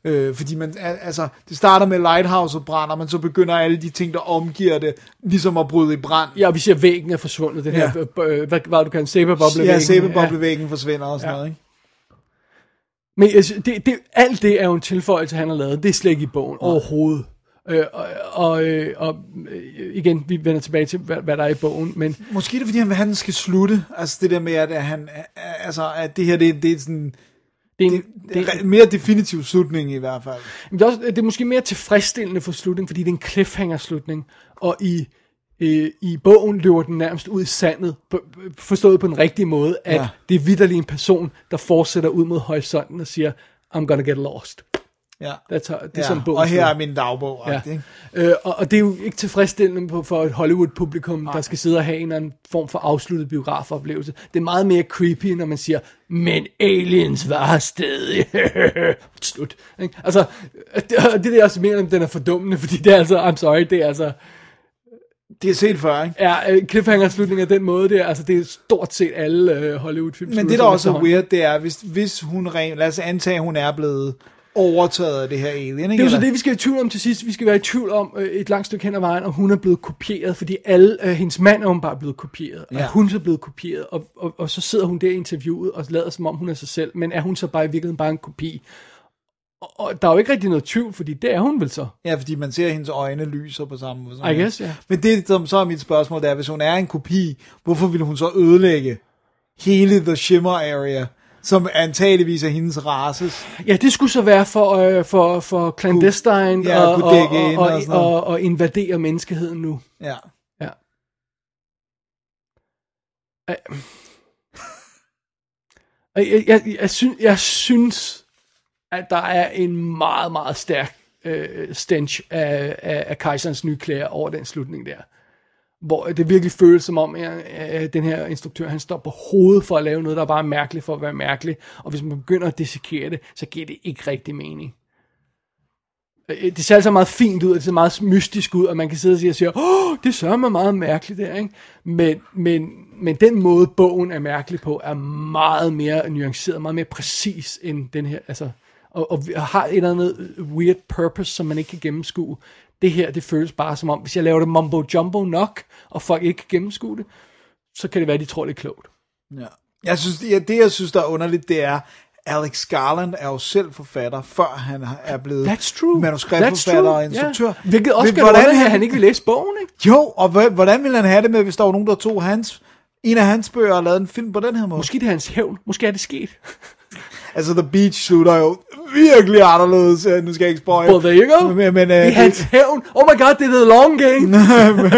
Øh, fordi man, altså, det starter med Lighthouse og brænder, men så begynder alle de ting, der omgiver det, ligesom at bryde i brand. Ja, og vi ser, at væggen er forsvundet. Den Ja. her, øh, hvad var du kan, sæbeboblevæggen. Ja, sæbeboblevæggen ja. forsvinder og sådan Ja. noget, ikke? Men altså, det, det, alt det er jo en tilføjelse, han har lavet. Det er slet ikke i bogen ja. overhovedet. Øh, og, og, øh, og øh, igen, vi vender tilbage til, hvad, hvad der er i bogen, men... Måske er det, fordi han vil have, den skal slutte. Altså det der med, at, han, altså, at det her, det, det er sådan... Det er, en, det, det er en mere definitiv slutning i hvert fald. Det er, også, det er måske mere tilfredsstillende for slutning, fordi det er en cliffhanger-slutning, og i, øh, i bogen løber den nærmest ud i sandet, på, forstået på den rigtige måde, at ja. det er vitterlig en person, der fortsætter ud mod horisonten og siger, I'm gonna get lost. Ja. Det er, det er ja. sådan bogen. Og her er min dagbog. Ja. Øh, og, og det er jo ikke tilfredsstillende for et Hollywood-publikum, Nej. der skal sidde og have en eller anden form for afsluttet biografoplevelse. Det er meget mere creepy, når man siger, men aliens var her stadig. Slut. Ikke? Altså, det, det er også mere, om den er fordummende, fordi det er altså, I'm sorry, det er altså... Det er set før, ikke? Ja, cliffhanger-slutning af den måde, det er, altså, det er stort set alle uh, Hollywood-film. Men det, der også er weird, det er, hvis, hvis hun rent, lad os antage, hun er blevet overtaget af det her alien, ikke? Det er jo så det, vi skal i tvivl om til sidst. Vi skal være i tvivl om øh, et langt stykke hen ad vejen, og hun er blevet kopieret, fordi alle, øh, hendes mand er hun bare blevet kopieret, og ja. hun er blevet kopieret, og, og, og så sidder hun der i interviewet og lader som om hun er sig selv, men er hun så bare i virkeligheden bare en kopi? Og, og der er jo ikke rigtig noget tvivl, fordi det er hun vel så. Ja, fordi man ser, at hendes øjne lyser på samme måde. I guess, ja. Yeah. Men det, som så er mit spørgsmål, det er, hvis hun er en kopi, hvorfor ville hun så ødelægge hele The Shimmer Area, som antageligvis er hendes races? Ja, det skulle så være for, øh, for, for clandestine ja, og, og, og, og, og, og, og invadere menneskeheden nu. Ja. Ja. Jeg, jeg, jeg, jeg, synes, jeg synes, at der er en meget, meget stærk øh, stench af, af, af kejserens nye klæder over den slutning der. Hvor det virkelig føles som om, at den her instruktør, han står på hovedet for at lave noget, der er bare mærkeligt for at være mærkeligt. Og hvis man begynder at dissekere det, så giver det ikke rigtig mening. Det ser altså meget fint ud, og det ser meget mystisk ud, og man kan sidde og sige, og sige åh, det sørger mig meget mærkeligt der, ikke? Men, men, men den måde, bogen er mærkelig på, er meget mere nuanceret, meget mere præcis end den her, altså, og, og har et eller andet weird purpose, som man ikke kan gennemskue. Det her, det føles bare som om, hvis jeg laver det mumbo jumbo nok, og folk ikke kan gennemskue det, så kan det være, at de tror, det er klogt. Ja. Jeg synes, ja, det jeg synes, der er underligt, det er, Alex Garland er jo selv forfatter, før han er blevet manuskriptforfatter og instruktør. Yeah. Hvilket også gør det, at han ikke vil læse bogen, ikke? Jo, og hvordan ville han have det med, hvis der var nogen, der tog hans, en af hans bøger og lavede en film på den her måde? Måske det er hans hævn. Måske er det sket. Altså, The Beach slutter jo virkelig anderledes. Nu skal jeg ikke spoil. Well, there you go. Men, men, det er hans hævn. Oh my god, det er the long game. men,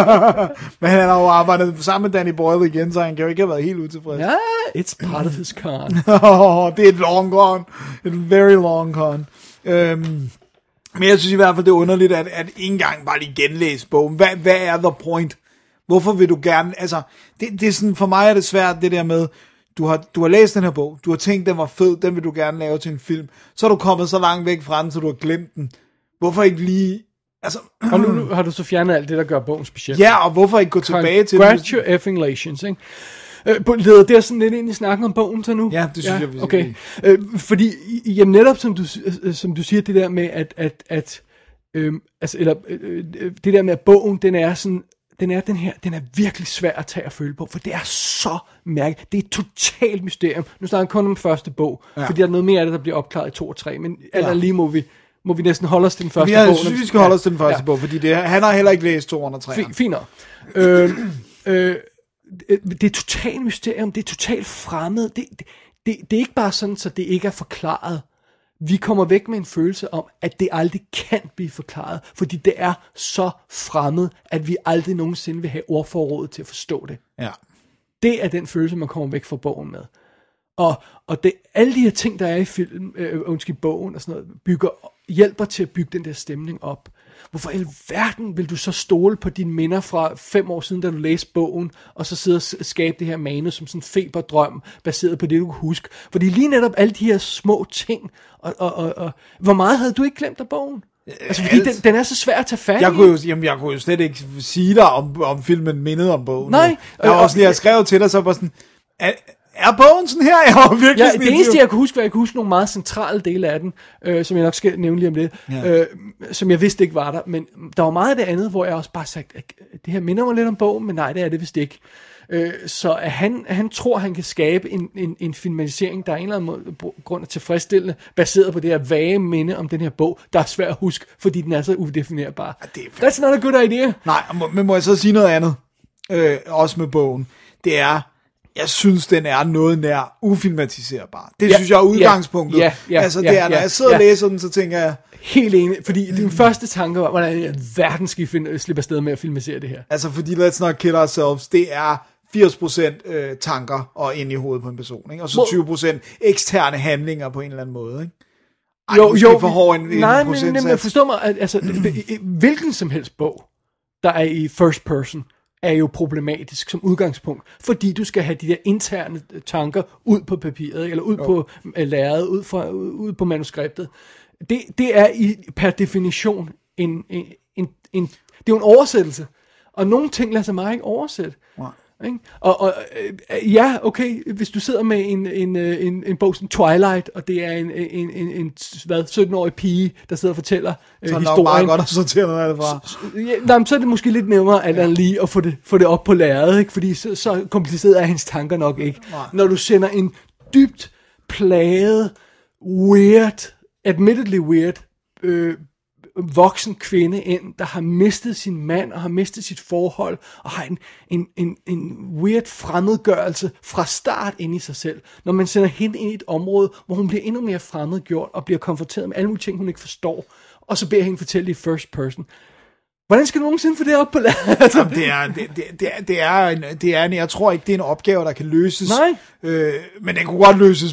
men han har jo arbejdet sammen med Danny Boyle igen, så han kan jo ikke have været helt utilfreds. Ja, yeah, it's part of his con. oh, det er et long con. Et very long con. Øhm, men jeg synes i hvert fald, det er underligt, at, at ikke engang bare lige genlæse bogen. Hvad, hvad er the point? Hvorfor vil du gerne... Altså, det, det er sådan, for mig er det svært, det der med... Du har, du har læst den her bog, du har tænkt, den var fed, den vil du gerne lave til en film. Så er du kommet så langt væk fra den, så du har glemt den. Hvorfor ikke lige... Altså, og nu, nu har du så fjernet alt det, der gør bogen specielt. Ja, og hvorfor ikke gå tilbage til... Congratulations, ikke? Øh, leder det er sådan lidt ind i snakken om bogen så nu? Ja, det synes ja, jeg, vi okay. Øh, fordi, jamen netop som du, som du siger, det der med, at... at, at øh, altså, eller, øh, det der med, at bogen, den er sådan... Den er, den her, den er virkelig svær at tage og føle på, for det er så mærkeligt. Det er et totalt mysterium. Nu snakker jeg kun om første bog, ja. Fordi der er noget mere af det, der bliver opklaret i to og tre, men ja. Alt lige må vi, må vi næsten holde os til den første ja, bog. Jeg synes, vi skal holde os til den første ja. bog, fordi det, han har heller ikke læst to og tre. F- fint nok. øh, øh, det er totalt mysterium, det er totalt fremmed. Det, det, det, det er ikke bare sådan, så det ikke er forklaret. Vi kommer væk med en følelse om, at det aldrig kan blive forklaret, fordi det er så fremmed, at vi aldrig nogensinde vil have ordforrådet til at forstå det. Ja. Det er den følelse, man kommer væk fra bogen med. Og, og det, alle de her ting, der er i film, øh, undskyld, bogen og sådan noget, bygger, hjælper til at bygge den der stemning op. Hvorfor i alverden vil du så stole på dine minder fra fem år siden, da du læste bogen, og så sidde og skabe det her manus som sådan en feberdrøm, baseret på det, du kan huske? Fordi lige netop alle de her små ting, og, og, og, og hvor meget havde du ikke glemt af bogen? Altså, fordi den, den er så svær at tage fat i. Jeg kunne jo, jamen, jeg kunne jo slet ikke sige dig, om, om filmen mindede om bogen. Nej. Jeg har også lige skrevet til dig, så var sådan... At, er bogen sådan her? Jeg var virkelig Ja, sådan det i eneste, tvivl. jeg kunne huske, var, jeg kunne huske nogle meget centrale dele af den, øh, som jeg nok skal nævne lige om lidt, Ja. øh, som jeg vidste ikke var der, men der var meget af det andet, hvor jeg også bare sagt, at det her minder mig lidt om bogen, men nej, det er det vist ikke. Øh, så at han, han tror, han kan skabe en, en, en filmatisering, der er en eller anden måde, grund af tilfredsstillende, baseret på det her vage minde om den her bog, der er svært at huske, fordi den er så udefinerbar. Ja, det er That's not a good idea. Nej, men må jeg så sige noget andet? Øh, også med bogen. Det er, jeg synes, den er noget nær ufilmatiserbar. Det Ja, synes jeg er udgangspunktet. ja, ja, altså, det ja, er, når ja, jeg sidder ja. og læser den, så tænker jeg, Helt enig, fordi din første tanke var, hvordan i verden skal I finde, slippe afsted med at filmatisere det her? altså, fordi Let's Not Kill Ourselves, det er firs procent øh, tanker og ind i hovedet på en person, ikke? Og så Hvor- tyve procent eksterne handlinger på en eller anden måde, ikke? Ej, Jo, måske jo, for hård en, en nej, men, procentsats. men forstå mig, at, altså, hvilken som helst bog, der er i first person, er jo problematisk som udgangspunkt, fordi du skal have de der interne tanker ud på papiret, eller ud jo. på uh, lærredet, ud, fra, ud på manuskriptet. Det, det er i, per definition en, en, en, en, det er jo en oversættelse, og nogle ting lader sig meget ikke oversætte. Nej. Ikke? Og, og øh, ja, okay, hvis du sidder med en, en, en, en bog som Twilight, og det er en, en, en, en hvad, sytten-årig pige, der sidder og fortæller øh, Så er det nok historien. meget godt at sortere noget af det fra. Ja, nej, men så er det måske lidt nemmere alt andet lige at få det, få det op på lærredet, ikke? Fordi så, så kompliceret er hendes tanker nok ikke. Nej. Når du sender en dybt plaget, weird, admittedly weird, øh, voksen kvinde ind, der har mistet sin mand og har mistet sit forhold og har en, en, en, en weird fremmedgørelse fra start ind i sig selv. Når man sender hende ind i et område, hvor hun bliver endnu mere fremmedgjort og bliver konfronteret med alle mulige ting, hun ikke forstår, og så beder hende fortælle det i first person. Hvordan skal du nogensinde få det op på lærredet? Altså, Jamen, det er, det, det, det, er, det, er en, det er en, jeg tror ikke, det er en opgave, der kan løses. Nej. Øh, men den kunne godt løses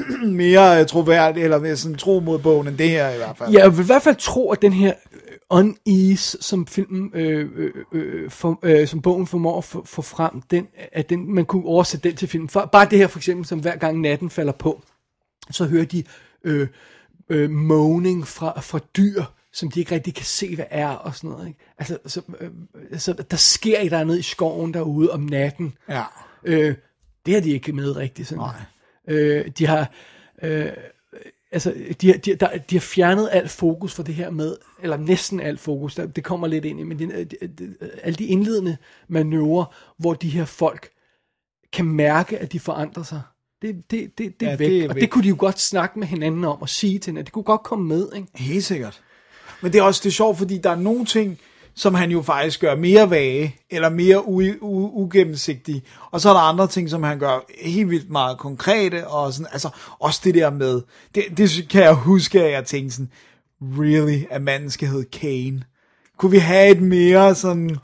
mere troværdigt, eller mere sådan tro mod bogen, end det her i hvert fald. Ja, jeg vil i hvert fald tro, at den her unease, som filmen, øh, øh, øh, for, øh, som bogen formår at få, få frem, den, at den, man kunne oversætte den til filmen. For, bare det her for eksempel, som hver gang natten falder på, så hører de øh, øh, moaning fra, fra dyr, som de ikke rigtig kan se, hvad er, og sådan noget. Ikke? Altså, så, øh, så der sker et eller andet i skoven derude om natten. Ja. Øh, det har de ikke med rigtigt. Sådan. Nej. Øh, de har... Øh, altså, de, har- de, der, de har fjernet alt fokus for det her med, eller næsten alt fokus, der, det kommer lidt ind i, men de, de, de, alle de indledende manøvrer, hvor de her folk kan mærke, at de forandrer sig, det, det, det, det er Ja, væk. det er og væk. det kunne de jo godt snakke med hinanden om, og sige til hinanden, det kunne godt komme med, ikke? Helt sikkert. Men det er også det er sjovt, fordi der er nogle ting, som han jo faktisk gør mere vage, eller mere u- u- ugennemsigtige. Og så er der andre ting, som han gør helt vildt meget konkrete, og sådan, altså også det der med, det, det kan jeg huske, at jeg tænkte sådan, really, at manden skal hedde Kane. Kunne vi have et mere sådan,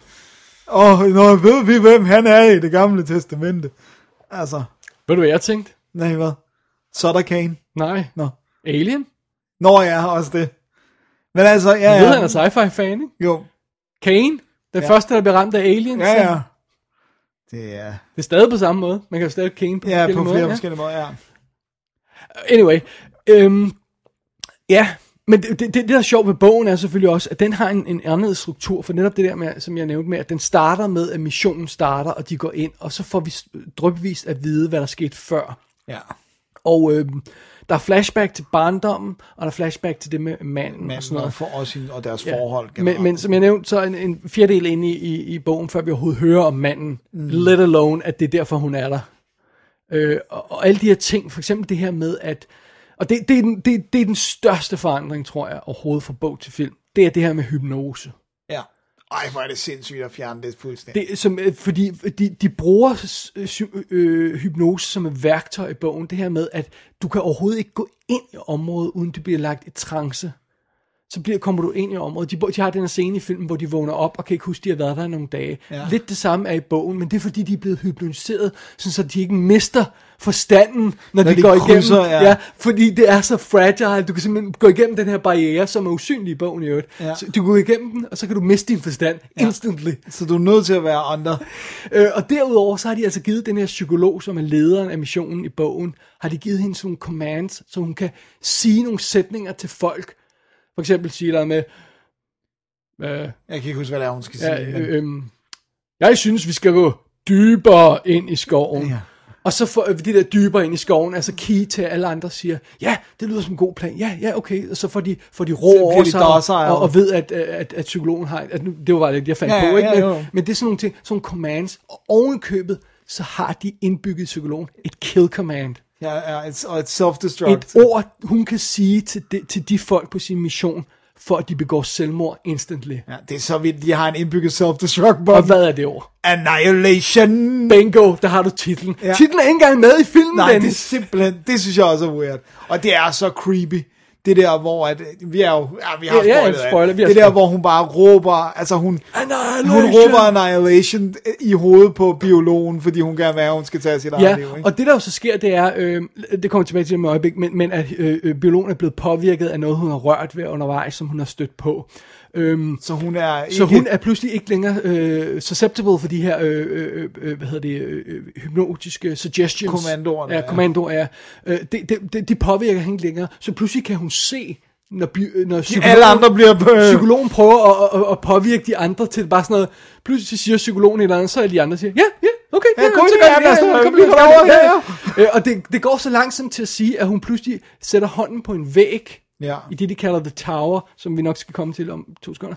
åh, oh, nå, ved vi, hvem han er i Det Gamle Testamente? Altså, Ved du, hvad jeg tænkte? nej, hvad? Så er der Kane. Nej. Nå. Alien? Nå ja, også det. Men altså, ja, Jeg ved, ja. han er sci-fi fan, ikke? Jo, Kane, den Ja. første, der blev ramt af aliens. ja, ikke? ja. Det er... Det er stadig på samme måde. Man kan jo stadig Kane på Ja, forskellige på måder. flere ja. forskellige måder, ja. Anyway, øhm, ja, men det, det, det der er sjovt ved bogen er selvfølgelig også, at den har en, en anden struktur, for netop det der med, som jeg nævnte med, at den starter med, at missionen starter, og de går ind, og så får vi drypvist at vide, hvad der skete før. Ja. Og øhm, der er flashback til barndommen, og der er flashback til det med manden Men og sådan noget. for os og deres Ja, forhold. men, men som jeg nævnte, så er en, en fjerdedel inde i, i, i bogen, før vi overhovedet hører om manden, mm. let alone, at det er derfor, hun er der. Øh, og, og alle de her ting, for eksempel det her med, at, og det, det, er den, det, det er den største forandring, tror jeg, overhovedet fra bog til film, det er det her med hypnose. Ja. Ej, hvor er det sindssygt at fjerne det fuldstændig. Det, som, øh, fordi de, de bruger øh, sy- øh, hypnose som et værktøj i bogen, det her med, at du kan overhovedet ikke gå ind i området, uden du bliver lagt i trance. Så bliver, kommer du ind i området. De, de har den her scene i filmen, hvor de vågner op og kan ikke huske, de har været der i nogle dage. Ja. Lidt det samme er i bogen, men det er fordi, de er blevet hypnotiseret, sådan så de ikke mister forstanden, når, Når de, de går krydser, igennem. ja. Ja, fordi det er så fragile. Du kan simpelthen gå igennem den her barriere, som er usynlig i bogen i øvrigt. Ja. Så du går igennem den, og så kan du miste din forstand Ja. instantly. Så du er nødt til at være under. Øh, og derudover så har de altså givet den her psykolog, som er lederen af missionen i bogen, har de givet hende sådan nogle commands, så hun kan sige nogle sætninger til folk. For eksempel sige der med, øh, Jeg kan ikke huske, hvad det er, hun skal ja, sige. men- øh, øh, jeg synes, vi skal gå dybere ind i skoven. Ja. Og så får de der dybere ind i skoven, altså Key til alle andre siger, ja, det lyder som en god plan, ja, ja, okay, og så får de, får de ro over sig, og, og, og ved, at, at, at psykologen har, at nu, det var bare det, jeg fandt ja, på, ikke? Ja, Men, men det er sådan nogle ting, sådan nogle commands, og ovenkøbet, så har de indbygget psykologen et kill command. Ja, ja, et, og et self-destruct. Et ord, hun kan sige til de, til de folk på sin mission, for at de begår selvmord instantly. Ja, det er så vildt, de har en indbygget self-destruct button. Og hvad er det ord? Annihilation. Bingo, der har du titlen. Ja. Titlen er ikke engang med i filmen, Nej, Dennis. det er simpelthen, det synes jeg også er weird. Og det er så creepy. Det der, hvor at, vi er jo, ja, vi har ja, spoilet, ja, spoiler, vi har det der, spoiler. hvor hun bare råber, altså hun, hun råber annihilation i hovedet på biologen, fordi hun gerne vil have, hun skal tage sit eget Ja, liv. Ikke? og det der jo så sker, det er, øh, det kommer tilbage til det med øjeblik, men, men at øh, biologen er blevet påvirket af noget, hun har rørt ved undervejs, som hun har stødt på. Øhm, så hun er ikke... så hun er pludselig ikke længere øh, susceptible for de her øh, øh, øh, hvad hedder det, øh, hypnotiske suggestions. Kommandoerne. Ja, kommandoer, ja. Øh, det, det, det, de påvirker hende ikke længere, så pludselig kan hun se, når, by, når psykologen, alle andre bliver øh... psykologen prøver at, at, at påvirke de andre til bare sådan noget. Pludselig siger psykologen et eller andet, så er de andre siger, ja, ja, okay, ja, ja, ja, god så idé, gør vi ja, det, ja, ja, kom vi lige, holder over, ja, ja, ja. Øh, og det, det går så langsomt til at sige, at hun pludselig sætter hånden på en væg, ja. i det, de kalder The Tower, som vi nok skal komme til om to sekunder.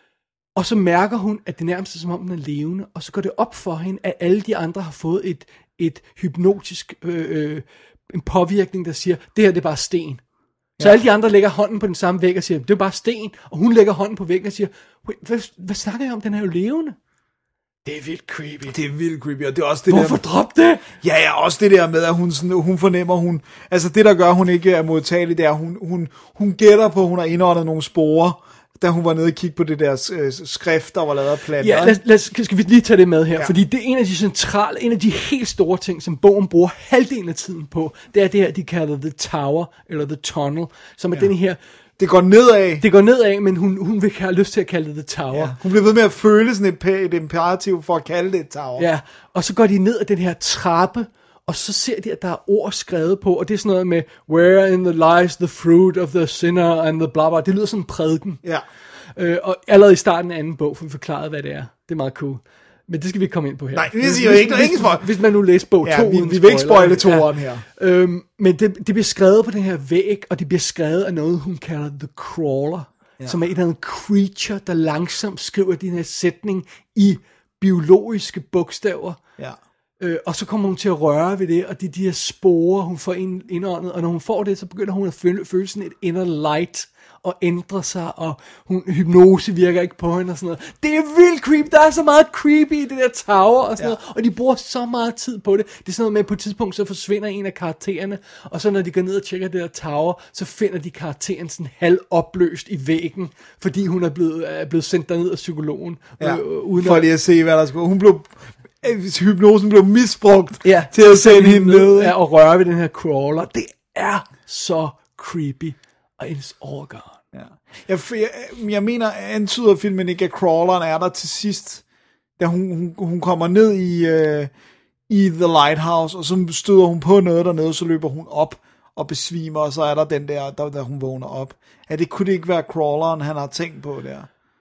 Og så mærker hun, at det nærmest er som om den er levende, og så går det op for hende, at alle de andre har fået et, et hypnotisk øh, øh, en påvirkning, der siger, det her det er bare sten. Så ja. Alle de andre lægger hånden på den samme væg og siger, det er bare sten, og hun lægger hånden på væggen og siger, hvad, hvad snakker jeg om, den er jo levende? Det er vildt creepy. Det er vildt creepy, og det er også det Hvorfor der... drop det? Ja, ja, også det der med, at hun, sådan, hun fornemmer, hun... Altså det, der gør, at hun ikke er modtagelig, det er, at hun, hun, hun gætter på, at hun har indåndet nogle sporer, da hun var nede og kigge på det der øh, skrift, der var lavet af planter. Ja, lad, lad, skal vi lige tage det med her, ja. Fordi det er en af de centrale, en af de helt store ting, som bogen bruger halvdelen af tiden på, det er det her, de kalder The Tower, eller The Tunnel, som er ja. Den her... Det går nedad. Det går nedad, men hun, hun vil have lyst til at kalde det The Tower. Ja. Hun bliver ved med at føle sådan et, et imperativ for at kalde det et tower. Ja, og så går de ned ad den her trappe, og så ser de, at der er ord skrevet på, og det er sådan noget med, where in the lies the fruit of the sinner and the blah blah. Det lyder som en prædiken. Ja. Øh, og allerede i starten af anden bog, for vi forklarede, hvad det er. Det er meget cool. Men det skal vi ikke komme ind på her. Nej, det siger jo ikke noget. Ingen spoil. Hvis man nu læser bog ja, to vi, uden vi vil ikke spoile toeren ja. her. Øhm, men det, det bliver skrevet på den her væg, og det bliver skrevet af noget, hun kalder The Crawler, ja. Som er et eller andet creature, der langsomt skriver den her sætning i biologiske bogstaver. Ja. Øh, og så kommer hun til at røre ved det, og det er de her sporer, hun får ind, indåndet, og når hun får det, så begynder hun at føle, føle sådan et inner light, og ændrer sig, og hun, hypnose virker ikke på hende, og sådan noget. Det er vildt creepy, der er så meget creepy i det der tower, og sådan ja. Noget, og de bruger så meget tid på det. Det er sådan noget med, at på et tidspunkt, så forsvinder en af karaktererne, og så når de går ned og tjekker det der tower, så finder de karakteren sådan halvopløst i væggen, fordi hun er blevet, er blevet sendt derned af psykologen. Ja, øh, uden for lige at se, hvad der skulle. Hun blev... Hypnosen blev misbrugt ja, til at sende hende ned. Ja, og røre ved den her crawler. Det er så creepy. Og it's all gone. Ja. Jeg, jeg, jeg mener, antyder filmen ikke, at crawleren er der til sidst, da hun, hun, hun kommer ned i, uh, i The Lighthouse, og så støder hun på noget dernede, så løber hun op og besvimer, og så er der den der, der, der hun vågner op. Ja, det kunne det ikke være crawleren, han har tænkt på der.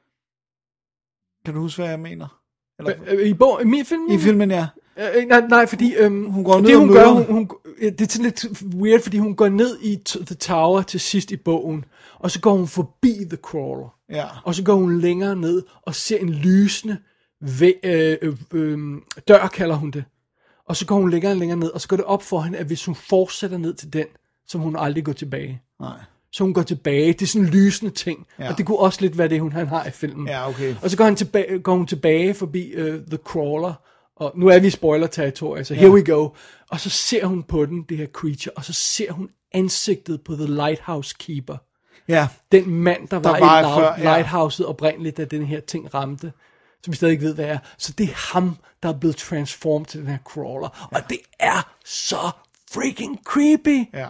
Kan du huske, hvad jeg mener? Eller... I, bog, I min film? I filmen, ja. Øh, nej, nej, fordi øhm, hun går ned det hun gør, hun, hun, det er sådan lidt weird, fordi hun går ned i t- The Tower til sidst i bogen, og så går hun forbi The Crawler, ja. Og så går hun længere ned og ser en lysende væ- øh, øh, øh, dør, kalder hun det, og så går hun længere og længere ned, og så går det op for hende, at hvis hun fortsætter ned til den, så hun aldrig går tilbage. Nej. Så hun går tilbage. Det er sådan en lysende ting. Ja. Og det kunne også lidt være det, hun han har i filmen. Ja, okay. Og så går, han tilbage, går hun tilbage forbi uh, The Crawler. Og nu er vi i spoiler-territoriet, så here ja. We go. Og så ser hun på den, det her creature. Og så ser hun ansigtet på The Lighthouse Keeper. Ja. Den mand, der, der var, var i før, ja. Lighthouset oprindeligt, da den her ting ramte. Som vi stadig ikke ved, hvad er. Så det er ham, der er blevet transformed til den her Crawler. Ja. Og det er så freaking creepy. Ja.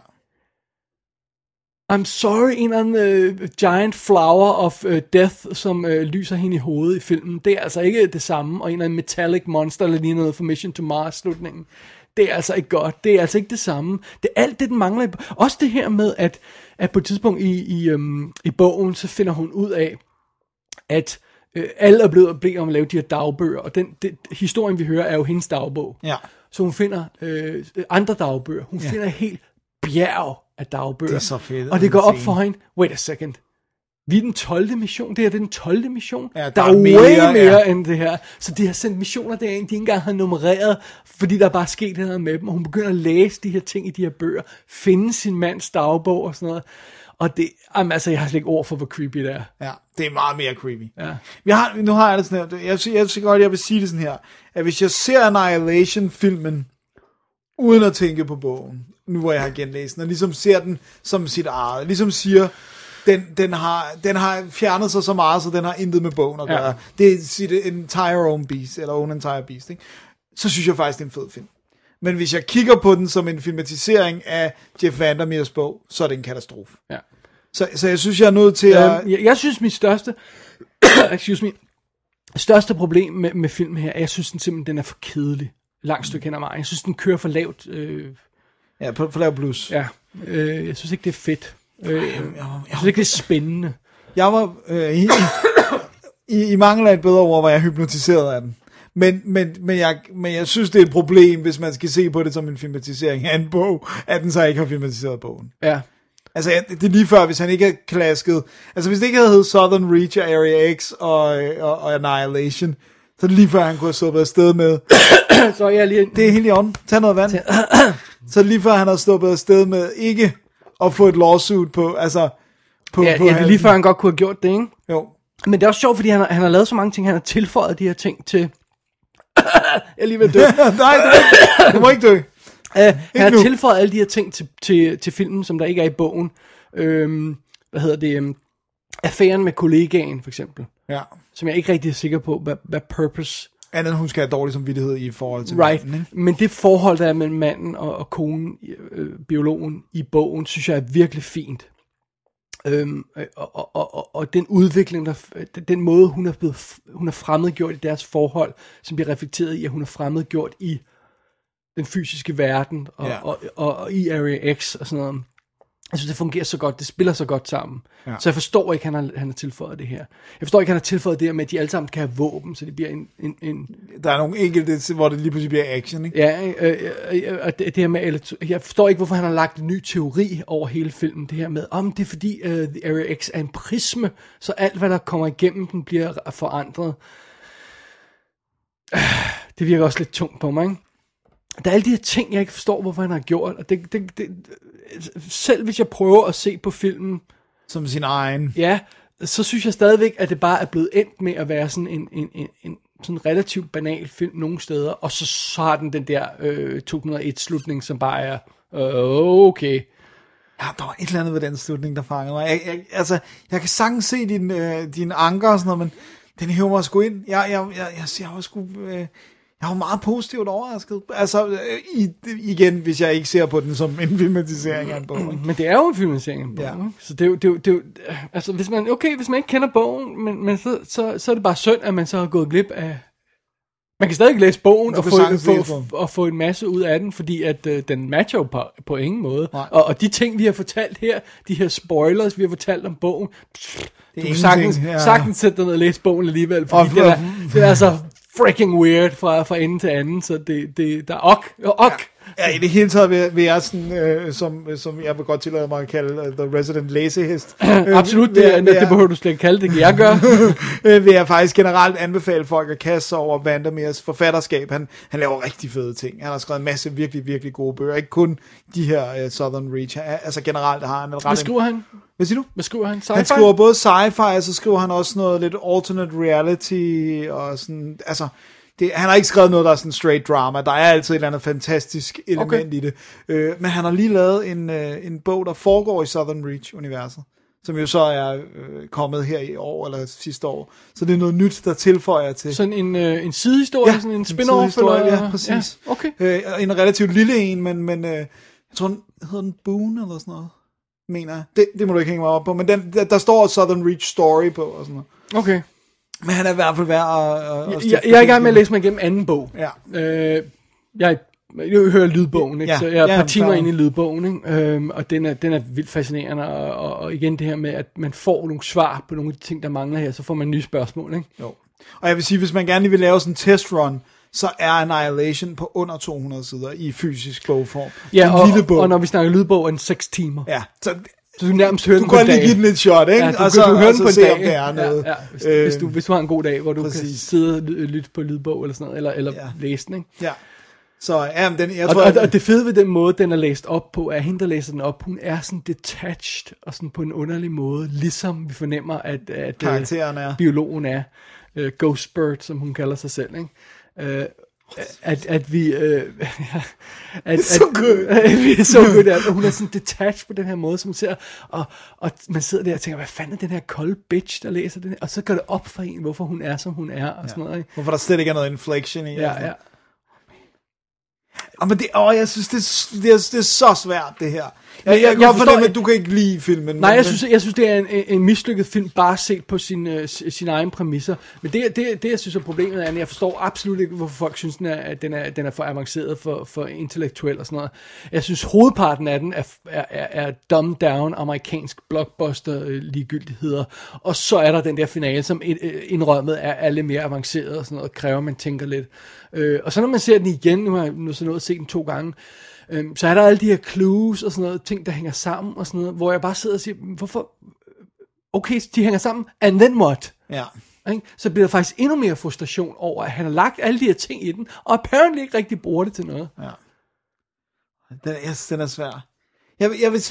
I'm sorry, en eller anden uh, giant flower of uh, death, som uh, lyser hende i hovedet i filmen. Det er altså ikke det samme. Og en eller anden metallic monster, eller lige noget for Mission to Mars slutningen. Det er altså ikke godt. Det er altså ikke det samme. Det er alt det, den mangler. Også det her med, at, at på et tidspunkt i, i, um, i bogen, så finder hun ud af, at uh, alle er blevet bedt om at lave de her dagbøger. Og den det, historien, vi hører, er jo hendes dagbog. Ja. så hun finder øh, andre dagbøger. Hun ja. finder et helt bjerg af dagbøger. Det er så fedt. Og det går op for hende, wait a second, vi er den tolvte mission, det her det er den tolvte mission. Ja, der, der er, er mere, way mere ja. end det her. Så de har sendt missioner derind, de ikke engang har nummereret, fordi der er bare sket det her med dem. Og hun begynder at læse de her ting i de her bøger, finde sin mands dagbog og sådan noget. Og det, jamen, altså, jeg har slet ikke ord for, hvor creepy det er. Ja, det er meget mere creepy. Ja. Vi har, nu har jeg det sådan her, jeg, jeg, jeg synes godt, jeg vil sige det sådan her, at hvis jeg ser Annihilation-filmen, uden at tænke på bogen, nu hvor jeg har genlæst den, og ligesom ser den som sit eget, ligesom siger, den, den, har, den har fjernet sig så meget, så den har intet med bogen at gøre. Ja. Det er sit entire own beast, eller own entire beast, ikke? Så synes jeg faktisk, det er en fed film. Men hvis jeg kigger på den som en filmatisering af Jeff Vandermeers bog, så er det en katastrofe. Ja. Så, så jeg synes, jeg er nødt til at... Øhm, jeg, jeg synes, mit største... excuse me. Største problem med, med filmen her, er, jeg synes, den simpelthen den er for kedelig. Langt stykke hen ad vejen. Jeg synes, den kører for lavt... Øh... Ja, på, for lavt plus. Ja. Øh, jeg synes ikke, det er fedt. Øh, jeg, jeg, jeg, jeg synes ikke, det er spændende. Jeg var... Øh, i, i, I mangel af et bedre ord, var jeg hypnotiseret af den. Men, men, men, jeg, men jeg synes, det er et problem, hvis man skal se på det som en filmatisering af en bog, at den så ikke har filmatiseret bogen. Ja. Altså, det er lige før, hvis han ikke havde klasket... Altså, hvis det ikke havde heddet Southern Reach og Area X og, og, og Annihilation, så er det lige før, han kunne have sluppet afsted med... så jeg lige... Det er helt i ånden. Tag noget vand. Så er det lige før, han har sluppet afsted med ikke at få et lawsuit på... Altså, på, ja, på ja, det er lige før, han godt kunne have gjort det, ikke? Jo. Men det er også sjovt, fordi han har, han har lavet så mange ting, han har tilføjet de her ting til... jeg er lige ved at dø. Nej, du må ikke dø. Uh, han har nu. tilføjet alle de her ting til, til, til filmen, som der ikke er i bogen. Øhm, hvad hedder det? Um, affæren med kollegaen, for eksempel. Ja. Som jeg ikke rigtig er sikker på, hvad, hvad purpose... Andet end hun skal have dårlig samvittighed i forhold til right. manden, ikke? Men det forhold, der er mellem manden og, og konen, øh, biologen, i bogen, synes jeg er virkelig fint. Øhm, og, og, og, og den udvikling, der, den måde, hun er, blevet, hun er fremmedgjort i deres forhold, som bliver reflekteret i, at hun er fremmedgjort i den fysiske verden, og, ja. og, og, og i Area X og sådan noget. Jeg synes, det fungerer så godt, det spiller så godt sammen. Ja. Så jeg forstår ikke, at han har, han har tilføjet det her. Jeg forstår ikke, at han har tilføjet det her med, at de alle sammen kan have våben, så det bliver en... en, en der er nogle enkelte, hvor det lige pludselig bliver action, ikke? Ja, øh, øh, og det, det her med... Jeg forstår ikke, hvorfor han har lagt en ny teori over hele filmen. Det her med, om oh, det er fordi uh, The Area X er en prisme, så alt, hvad der kommer igennem den, bliver forandret. Det virker også lidt tungt på mig, ikke? Der er alle de her ting, jeg ikke forstår, hvorfor han har gjort. Og det, det, det, selv hvis jeg prøver at se på filmen... Som sin egen. Ja, så synes jeg stadigvæk, at det bare er blevet endt med at være sådan en, en, en, en sådan relativt banal film nogle steder. Og så, så har den den der øh, to hundrede og et-slutning, som bare er... Øh, okay. Ja, der var et eller andet ved den slutning, der fangede mig. Jeg, jeg, altså, jeg kan sagtens se din, øh, din anker og sådan noget, men den hæver mig sgu ind. Jeg, jeg, jeg, jeg, jeg var sgu... Øh, Jeg var meget positivt overrasket. Altså, i, igen, hvis jeg ikke ser på den som en filmatisering af en bog. Ikke? Men det er jo en filmatisering af en bog. Ja. Så det er jo, det er jo, det er jo, altså, hvis man, okay, hvis man ikke kender bogen, men, men så, så, så er det bare synd, at man så har gået glip af... Man kan stadig læse bogen og få, få, og få en masse ud af den, fordi at øh, den matcher jo på, på ingen måde. Og, og de ting, vi har fortalt her, de her spoilers, vi har fortalt om bogen, pff, du kan sagtens, ja. sagtens sætte dig ned og læse bogen alligevel, fordi og, det, er, det er så freaking weird fra, fra ende til anden, så det, det der er ok, ok. Ja, i det hele taget vil, vil jeg sådan, øh, som, som jeg vil godt tillade mig at kalde uh, The Resident Lazyhest. Øh, Absolut, det, jeg, det behøver du slet ikke kalde det, kan jeg gøre. øh, vil jeg faktisk generelt anbefale folk at kaste sig over Vandermeers forfatterskab. Han, han laver rigtig fede ting. Han har skrevet en masse virkelig, virkelig gode bøger. Ikke kun de her uh, Southern Reach. Han, altså generelt har han en ret... Hvad skriver han? Hvad siger du? Hvad skriver han? Sci-fi? Han skriver både sci-fi, og så skriver han også noget lidt alternate reality, og sådan, altså... Det, han har ikke skrevet noget, der er sådan straight drama. Der er altid et eller andet fantastisk element okay. i det. Øh, men han har lige lavet en, øh, en bog, der foregår i Southern Reach-universet, som jo så er øh, kommet her i år, eller sidste år. Så det er noget nyt, der tilføjer til. Sådan en, øh, en sidehistorie, ja, sådan en spin-off? Eller? Ja, præcis. Ja, okay. øh, en relativt lille en, men, men øh, jeg tror, den hedder den Boone, eller sådan noget, mener jeg. Det, det må du ikke hænge mig op på, men den, der, der står Southern Reach Story på, og sådan noget. Okay. Men han er i hvert fald værd at... at jeg, jeg er i gang med at læse mig igennem anden bog. Ja. Øh, jeg, jeg hører lydbogen, ikke? Ja, Så jeg er et ja, par timer klar. inde i lydbogen, ikke? Øhm, og den er, den er vildt fascinerende, og, og, og igen det her med, at man får nogle svar på nogle af de ting, der mangler her, så får man nye spørgsmål, ikke? Jo. Og jeg vil sige, hvis man gerne vil lave sådan en testrun, så er Annihilation på under to hundrede sider i fysisk bogform. Ja, en og, lille bog. og når vi snakker lydbog, er den seks timer. Ja, så... Så du nærmest hører du den på kan en dag. lige give den et shot, ikke? Ja, du, og så, du, du hører og den så på en se, dag. om det er noget. Ja, ja. Hvis, Øh, hvis, du, hvis du har en god dag, hvor du præcis. kan sidde og lytte på lydbog eller sådan noget, eller, eller Ja. læse den, ikke? Ja. Så ja, men den, jeg Og, tror... og, at- og det fede ved den måde, den er læst op på, er hende, der læser den op, hun er sådan detached, og sådan på en underlig måde, ligesom vi fornemmer, at, at Karakteren er. biologen er, uh, Ghostbird, som hun kalder sig selv, ikke? Uh, at, at vi øh, at, So at, good. at, at vi er så good at, og hun er sådan detached på den her måde, som man ser, og, og man sidder der og tænker, hvad fanden er den her kolde bitch, der læser den her, og så går det op for en, hvorfor hun er, som hun er, og sådan noget, ikke? Hvorfor der slet ikke er noget inflection i. Ja, ja. Oh, men det, åh, jeg synes, det er, det, er, det er så svært, det her. Jeg, jeg- jeg, jeg, jeg jeg forstår- fornemmer, at du kan ikke lide filmen. Nej, men, jeg synes, jeg synes det er en, en mislykket film, bare set på sin, uh, sin egen præmisser. Men det, det, det, jeg synes er problemet, er, at jeg forstår absolut ikke, hvorfor folk synes, den er, at den er, den er for avanceret, for, for intellektuel og sådan noget. Jeg synes, hovedparten af den er, er, er, er dumbed down amerikansk blockbuster-ligegyldigheder. Og så er der den der finale, som indrømmet er, er lidt mere avanceret og sådan noget, og kræver, at man tænker lidt. Øh, og så når man ser den igen, nu har jeg nu så nået at se den to gange, Øhm, så er der alle de her clues og sådan noget, ting der hænger sammen og sådan noget, hvor jeg bare sidder og siger, hvorfor, okay, de hænger sammen, and then what? Ja. Ikke? Så bliver der faktisk endnu mere frustration over, at han har lagt alle de her ting i den, og apparently ikke rigtig bruger det til noget. Ja. Den, jeg synes, den er svær. Jeg, vil- jeg, vil,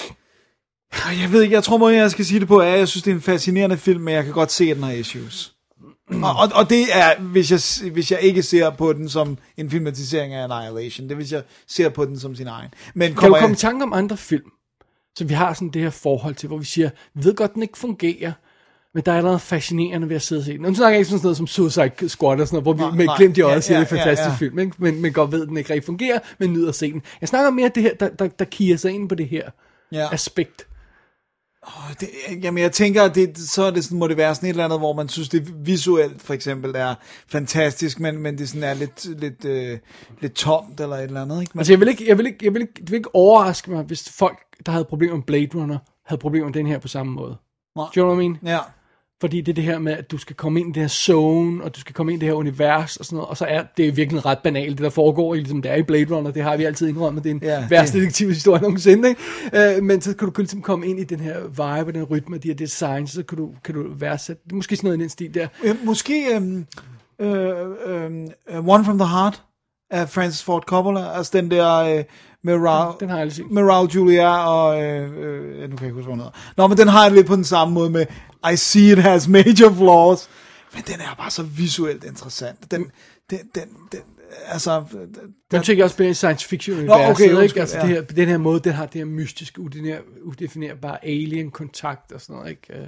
jeg ved ikke, jeg tror måden, jeg skal sige det på, er, at jeg synes, det er en fascinerende film, men jeg kan godt se, at den har issues. Og, og, og det er, hvis jeg, hvis jeg ikke ser på den som en filmatisering af Annihilation, det er, hvis jeg ser på den som sin egen. Men Kan du kommer komme i jeg, tanke om andre film, så vi har sådan det her forhold til, hvor vi siger, vi ved godt, den ikke fungerer, men der er noget fascinerende ved at sidde og se den. Nu snakker jeg ikke sådan noget som Suicide Squad og sådan noget, hvor Nej, vi med nej. glimt i øjet Ja, siger, det er ja, en ja, fantastisk ja. film, ikke? Men, men godt ved, at den ikke rigtig fungerer, men nyder at se den. Jeg snakker mere om det her, der, der, der kiger sig ind på det her Ja. aspekt. det, jamen jeg tænker, at det, så er det sådan, må det være sådan et eller andet, hvor man synes, det visuelt for eksempel er fantastisk, men, men det sådan er lidt, lidt, øh, lidt tomt eller et eller andet, ikke? Men, Altså jeg vil ikke, jeg vil ikke, jeg vil ikke, det vil ikke overraske mig, hvis folk, der havde problemer med Blade Runner, havde problemer med den her på samme måde. Nej. Do you know what I mean? ja. Fordi det er det her med, at du skal komme ind i det her zone, og du skal komme ind i det her univers, og sådan noget, og så er det virkelig ret banalt, det der foregår, ligesom det er i Blade Runner, det har vi altid indrømmet, det er en Ja, ja, værste det- detektivhistorie nogensinde, ikke? Uh, men så kan du ligesom komme ind i den her vibe, og den rytme, og de her designs, så kan du, kan du værdsætte, det er måske sådan noget i den stil der. Øh, måske øhm, øh, øh, øh, One from the Heart af Francis Ford Coppola, altså den der øh, med Raul, Den har jeg aldrig set. med Raul Julia og øh, øh, nu kan jeg ikke huske, hvad hun hedder. Nå, men den har jeg lidt på den samme måde med I see it has major flaws, men den er bare så visuelt interessant. Den, den, den, den altså... Den, Den tænker jeg også på i science fiction Nå, universet, okay, ikke? undskyld, Altså ja. det her, den her måde, den har det her mystiske, udefiner- udefinerbare alien-kontakt og sådan noget, ikke? Uh,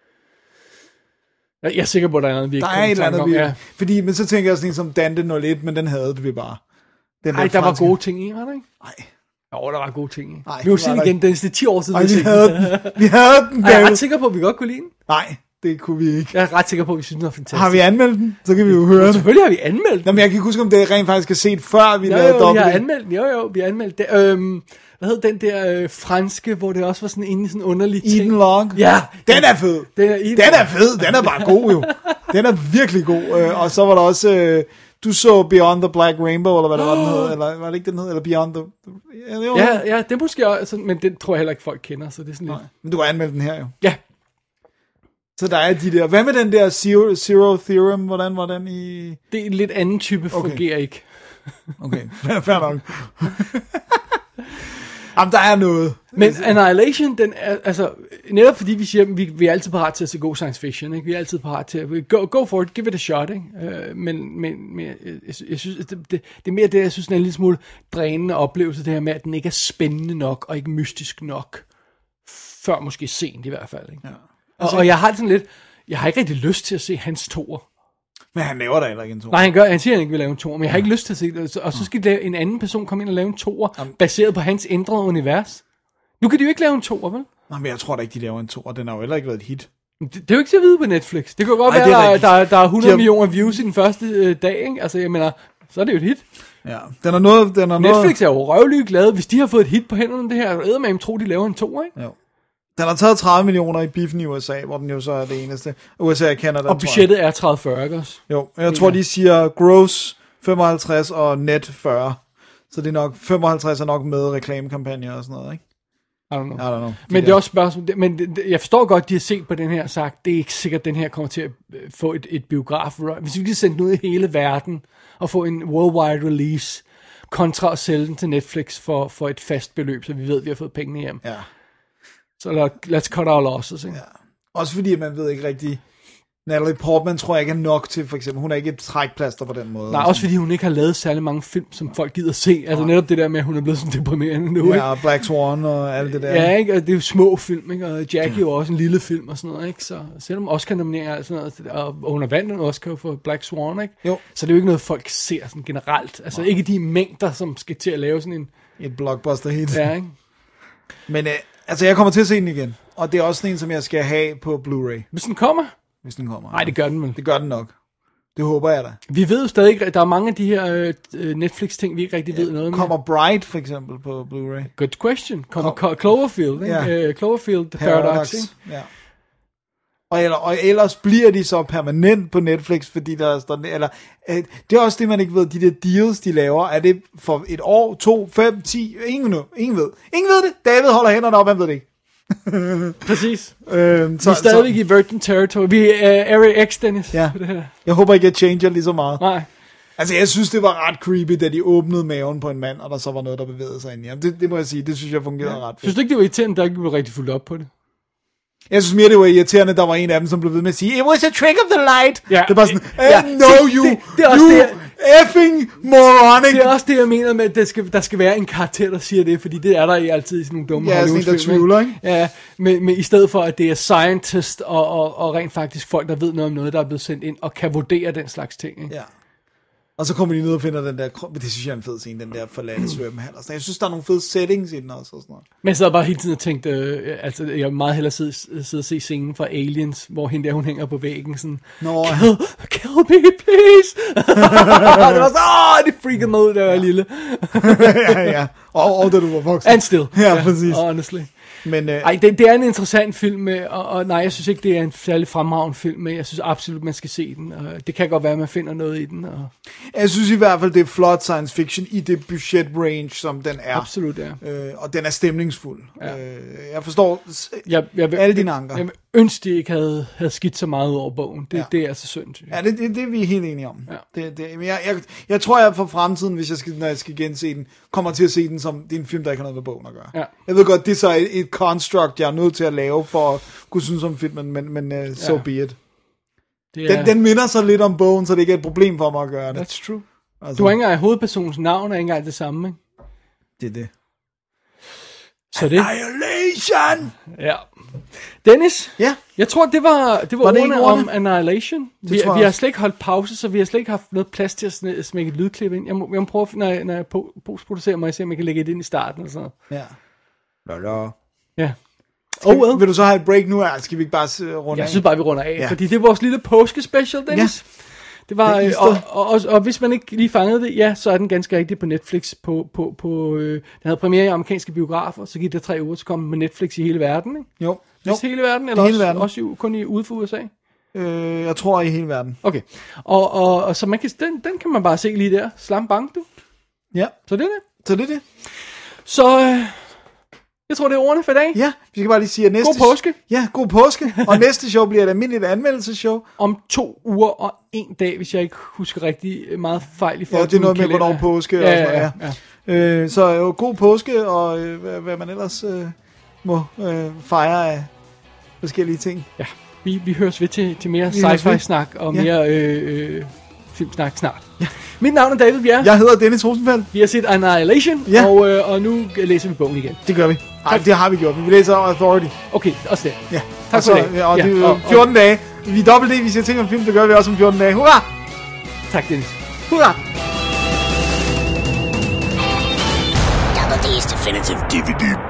Jeg jeg er sikker på, at der er noget, vi ikke der er kommer et i eller tanke andet, om. vi, Ja. fordi, men så tænker jeg sådan en som Dante nul et, men den havde vi bare. Den Ej, der var franske- gode ting i, var der ikke? Nej. Jo, der var gode ting i. Nej, Vi må det se var den der igen, ikke. den er ti år siden, Ej, vi vi har set havde den. den. Vi havde den, Ej, jeg er David. ret sikker på, at vi godt kunne lide den. Nej, det kunne vi ikke. Jeg er ret sikker på, at vi synes, den var fantastisk. Har vi anmeldt den? Så kan vi jo høre den. Selvfølgelig har vi anmeldt den. Jamen, jeg kan ikke huske, om det rent faktisk er set, før vi Jo, lavede jo, vi har dobbelt. anmeldt den. Jo, jo, vi har anmeldt det. Øhm, hvad hed den der øh, franske, hvor det også var sådan inde i sådan en underlig ting? Eden Log. Ja. Den er fed. Den er, Eden Den er fed. Den er bare god, jo. Den er virkelig god. Øh, og så var der også... Øh, du så Beyond the Black Rainbow, eller hvad det var, den hed. Eller var det ikke den hed? Eller Beyond the... Ja, det var Ja, ja, det er måske også, men det tror jeg heller ikke, folk kender, så det er sådan lidt... Men du har anmeldt den her, jo. Ja, Så der er de der... Hvad med den der Zero, Zero Theorem? Hvordan var den i... det er en lidt anden type, Okay. fungerer ikke. Okay, fair nok. Jamen, der er noget. Men Annihilation, den er, altså, netop fordi vi siger, at vi, vi er altid parat til at se god science fiction, ikke? Vi er altid parat til at, go, go for it, give it a shot, ikke? Uh, men, men, men jeg, jeg, jeg synes, det, det, det er mere det, jeg synes, den er en lille smule drænende oplevelse, det her med, at den ikke er spændende nok, og ikke mystisk nok, før måske sent i hvert fald, ikke? Ja. Og, og jeg har det sådan lidt, jeg har ikke rigtig lyst til at se hans toer. Men han laver der heller ikke en to. Nej, han, gør, han siger, at han ikke vil lave en toer, men jeg har ikke lyst til at se det. Og så skal de, en anden person komme ind og lave en toer, baseret på hans ændrede univers. Nu kan de jo ikke lave en toer, vel? Nej, men jeg tror da ikke, de laver en to, og den har jo heller ikke været et hit. Det, det er jo ikke til at vide på Netflix. Det kan jo godt Ej, være, det er der, rigtigt. der, der er hundrede De har- millioner views i den første øh, dag, ikke? Altså, jeg mener, så er det jo et hit. Ja, den er noget... Den er Netflix noget, er jo røvlyg glade. Hvis de har fået et hit på hænderne, det her, så man tro, de laver en toer, ikke? jo. Den har taget tredive millioner i biffen i U S A, hvor den jo så er det eneste. U S A og Canada, Og budgettet er tredive fyrre, ikke også? tror jeg. Jo, jeg tror, de siger gross femoghalvtreds og net fyrre. Så det er nok, femoghalvtreds er nok med reklamekampagner og sådan noget, ikke? I don't know. I don't know. Men det er også spørgsmål, men det, jeg forstår godt, de har set på den her og sagt, det er ikke sikkert, at den her kommer til at få et, et biograf. Hvis vi kan sende den ud i hele verden og få en worldwide release, kontra at sælge den til Netflix for, for et fast beløb, så vi ved, at vi har fået pengene hjem. Ja. Så let's cut our losses, ikke? Ja. Også fordi, man ved ikke rigtig... Natalie Portman tror jeg ikke er nok til, for eksempel. Hun er ikke et trækplaster på den måde. Nej, også fordi hun ikke har lavet særlig mange film, som folk gider se. Altså netop det der med, at hun er blevet sådan deprimerende nu, ja, ikke? og Black Swan og alt det der. Ja, ikke? Og det er jo små film, ikke? Og Jackie er jo også en lille film og sådan noget, ikke? Så selvom Oscar-nomineringer og sådan noget, og hun har vandt en Oscar for Black Swan, ikke? Jo. Så det er jo ikke noget, folk ser sådan generelt. Altså ikke de mængder, som skal til at lave sådan en... Et blockbuster hit. Ja, ikke? Men øh, altså, jeg kommer til at se den igen. Og det er også sådan en, som jeg skal have på Blu-ray. Hvis den kommer? Hvis den kommer. Nej, det gør den vel. Det gør den nok. Det håber jeg da. Vi ved jo stadig ikke, der er mange af de her øh, Netflix-ting, vi ikke rigtig ved noget om. Kommer Bright for eksempel på Blu-ray? Good question. Kommer Kom. Cloverfield, ikke? Ja. Uh, Cloverfield The Paradox, Paradox, ikke? Ja. Og, eller, og ellers bliver de så permanent på Netflix, fordi der står... Eller, øh, det er også det, man ikke ved. De der deals, de laver, er det for et år, to, fem, ti? Ingen ved. Ingen ved. Ingen ved det. David holder hænderne op, han ved det ikke. Præcis. Øhm, så, vi er stadigvæk i Virgin Territory. Vi er uh, Area X, Dennis. Ja. Det her. Jeg håber ikke, jeg changer lige så meget. Nej. Altså, jeg synes, det var ret creepy, da de åbnede maven på en mand, og der så var noget, der bevægede sig ind i ham. Det, det må jeg sige, det synes jeg fungerede ja. ret fedt. Synes du ikke, det var irriterende, der ikke blev rigtig fuldt op på det? Jeg synes mere, det var irriterende, der var en af dem, som blev ved med at sige, it was a trick of the light. Ja. Det var sådan, ja. no you, det, det er også you det, effing moronic. Det er også det, jeg mener med, at der skal, der skal være en karakter, der siger det, fordi det er der i altid i sådan nogle dumme ja, Hollywood-film. Ja, sådan en, der tvivler, ikke? Ja, men, men i stedet for, at det er scientist og, og, og rent faktisk folk, der ved noget om noget, der er blevet sendt ind, og kan vurdere den slags ting, ikke? Ja. Og så kommer de ned og finder den der, det synes jeg er en fed scene, den der forladte svømmehal. Jeg synes, der er nogle fede settings i den også. Og sådan noget. Men jeg sad bare hele tiden og tænkte, øh, altså jeg vil meget hellere sidde, sidde og se scenen fra Aliens, hvor hende der, hun hænger på væggen sådan, Nå, kill, kill me, please. Det var så, åh, det freakede mig ud, da jeg var lille. ja, ja. Og, og da du var voksen. And still. Ja, ja præcis. Honestly. Men, øh, Ej, det, det er en interessant film, og, og nej, jeg synes ikke, det er en særlig fremragende film, men jeg synes absolut, man skal se den, og det kan godt være, at man finder noget i den. Og... Jeg synes i hvert fald, det er flot science fiction i det budget range, som den er. Absolut, ja. Øh, og den er stemningsfuld. Ja. Øh, jeg forstår jeg, jeg vil, alle dine anker. Jeg vil ønske, de ikke havde, havde skidt så meget ud over bogen. Det, ja. det er altså synd. Ja, det, det, det er vi helt enige om. Ja. Det, det, men jeg, jeg, jeg tror, jeg for fremtiden, hvis jeg skal, når jeg skal gense den, kommer til at se den som, det er en film, der ikke har noget med bogen at gøre. Ja. Jeg ved godt, det er så et, et construct, jeg er nødt til at lave, for at kunne synes om filmen, men, men uh, so ja. be it. Det er... den, den minder så lidt om bogen, så det ikke er et problem for mig at gøre det. That's true. Altså, du har ikke engang hovedpersonens navn, er ikke engang det samme, ikke? Det er det. Så det... Annihilation! Ja. Dennis? Ja? Jeg tror, det var, det var, var det ordene om Annihilation. Vi, vi har slet ikke holdt pause, så vi har slet ikke haft noget plads til at smække et lydklip ind. Jeg må, jeg må prøve, når jeg, når jeg postproducerer mig, se om jeg kan lægge det ind i starten og sådan noget. Ja. Lala. Ja. Skal, oh, well. Vil du så have et break nu? Skal vi ikke bare runde af? Jeg synes bare, vi runder af, ja. fordi det er vores lille påskespecial, Dennis. Ja. Det var, det og, og, og, og hvis man ikke lige fangede det, ja, så er den ganske rigtig på Netflix. På, på, på, øh, den havde premiere i amerikanske biografer, så gik det tre uger, så kom med Netflix i hele verden, ikke? Jo. jo. hele verden, eller hele også, verden. også i, kun i ude for U S A? Øh, jeg tror i hele verden. Okay, og, og, og så man kan, den, den kan man bare se lige der. Slam bang, du. Ja. Så det er det. Så det er det. Så... Øh, jeg tror, det er ordene for i dag. Ja, vi skal bare lige sige, at næste... God påske. Ja, god påske. Og næste show bliver et almindeligt anmeldelsesshow. Om to uger og en dag, hvis jeg ikke husker rigtig meget fejl i forhold til ja, det er noget med, hvornår påske ja, og sådan noget. Ja, ja. Øh, så jo, god påske, og øh, hvad, hvad man ellers øh, må øh, fejre af forskellige ting. Ja, vi, vi høres ved til, til mere sci-fi-snak og mere ja. øh, øh, filmsnak snart. Ja. Mit navn er David Bjerre. Jeg hedder Dennis Rosenfeldt. Vi har set Annihilation, ja. og, øh, og nu læser vi bogen igen. Det gør vi. Nej, det har vi gjort. Vi læser Authority. Okay, også det. Ja. Tak og for så, det. Ja, og ja, det er og, fjorten dage. Vi er dobbelt det, hvis jeg tænker om film, det gør vi også om fjorten dage. Hurra! Tak, Dennis. Hurra! Double D's Definitive D V D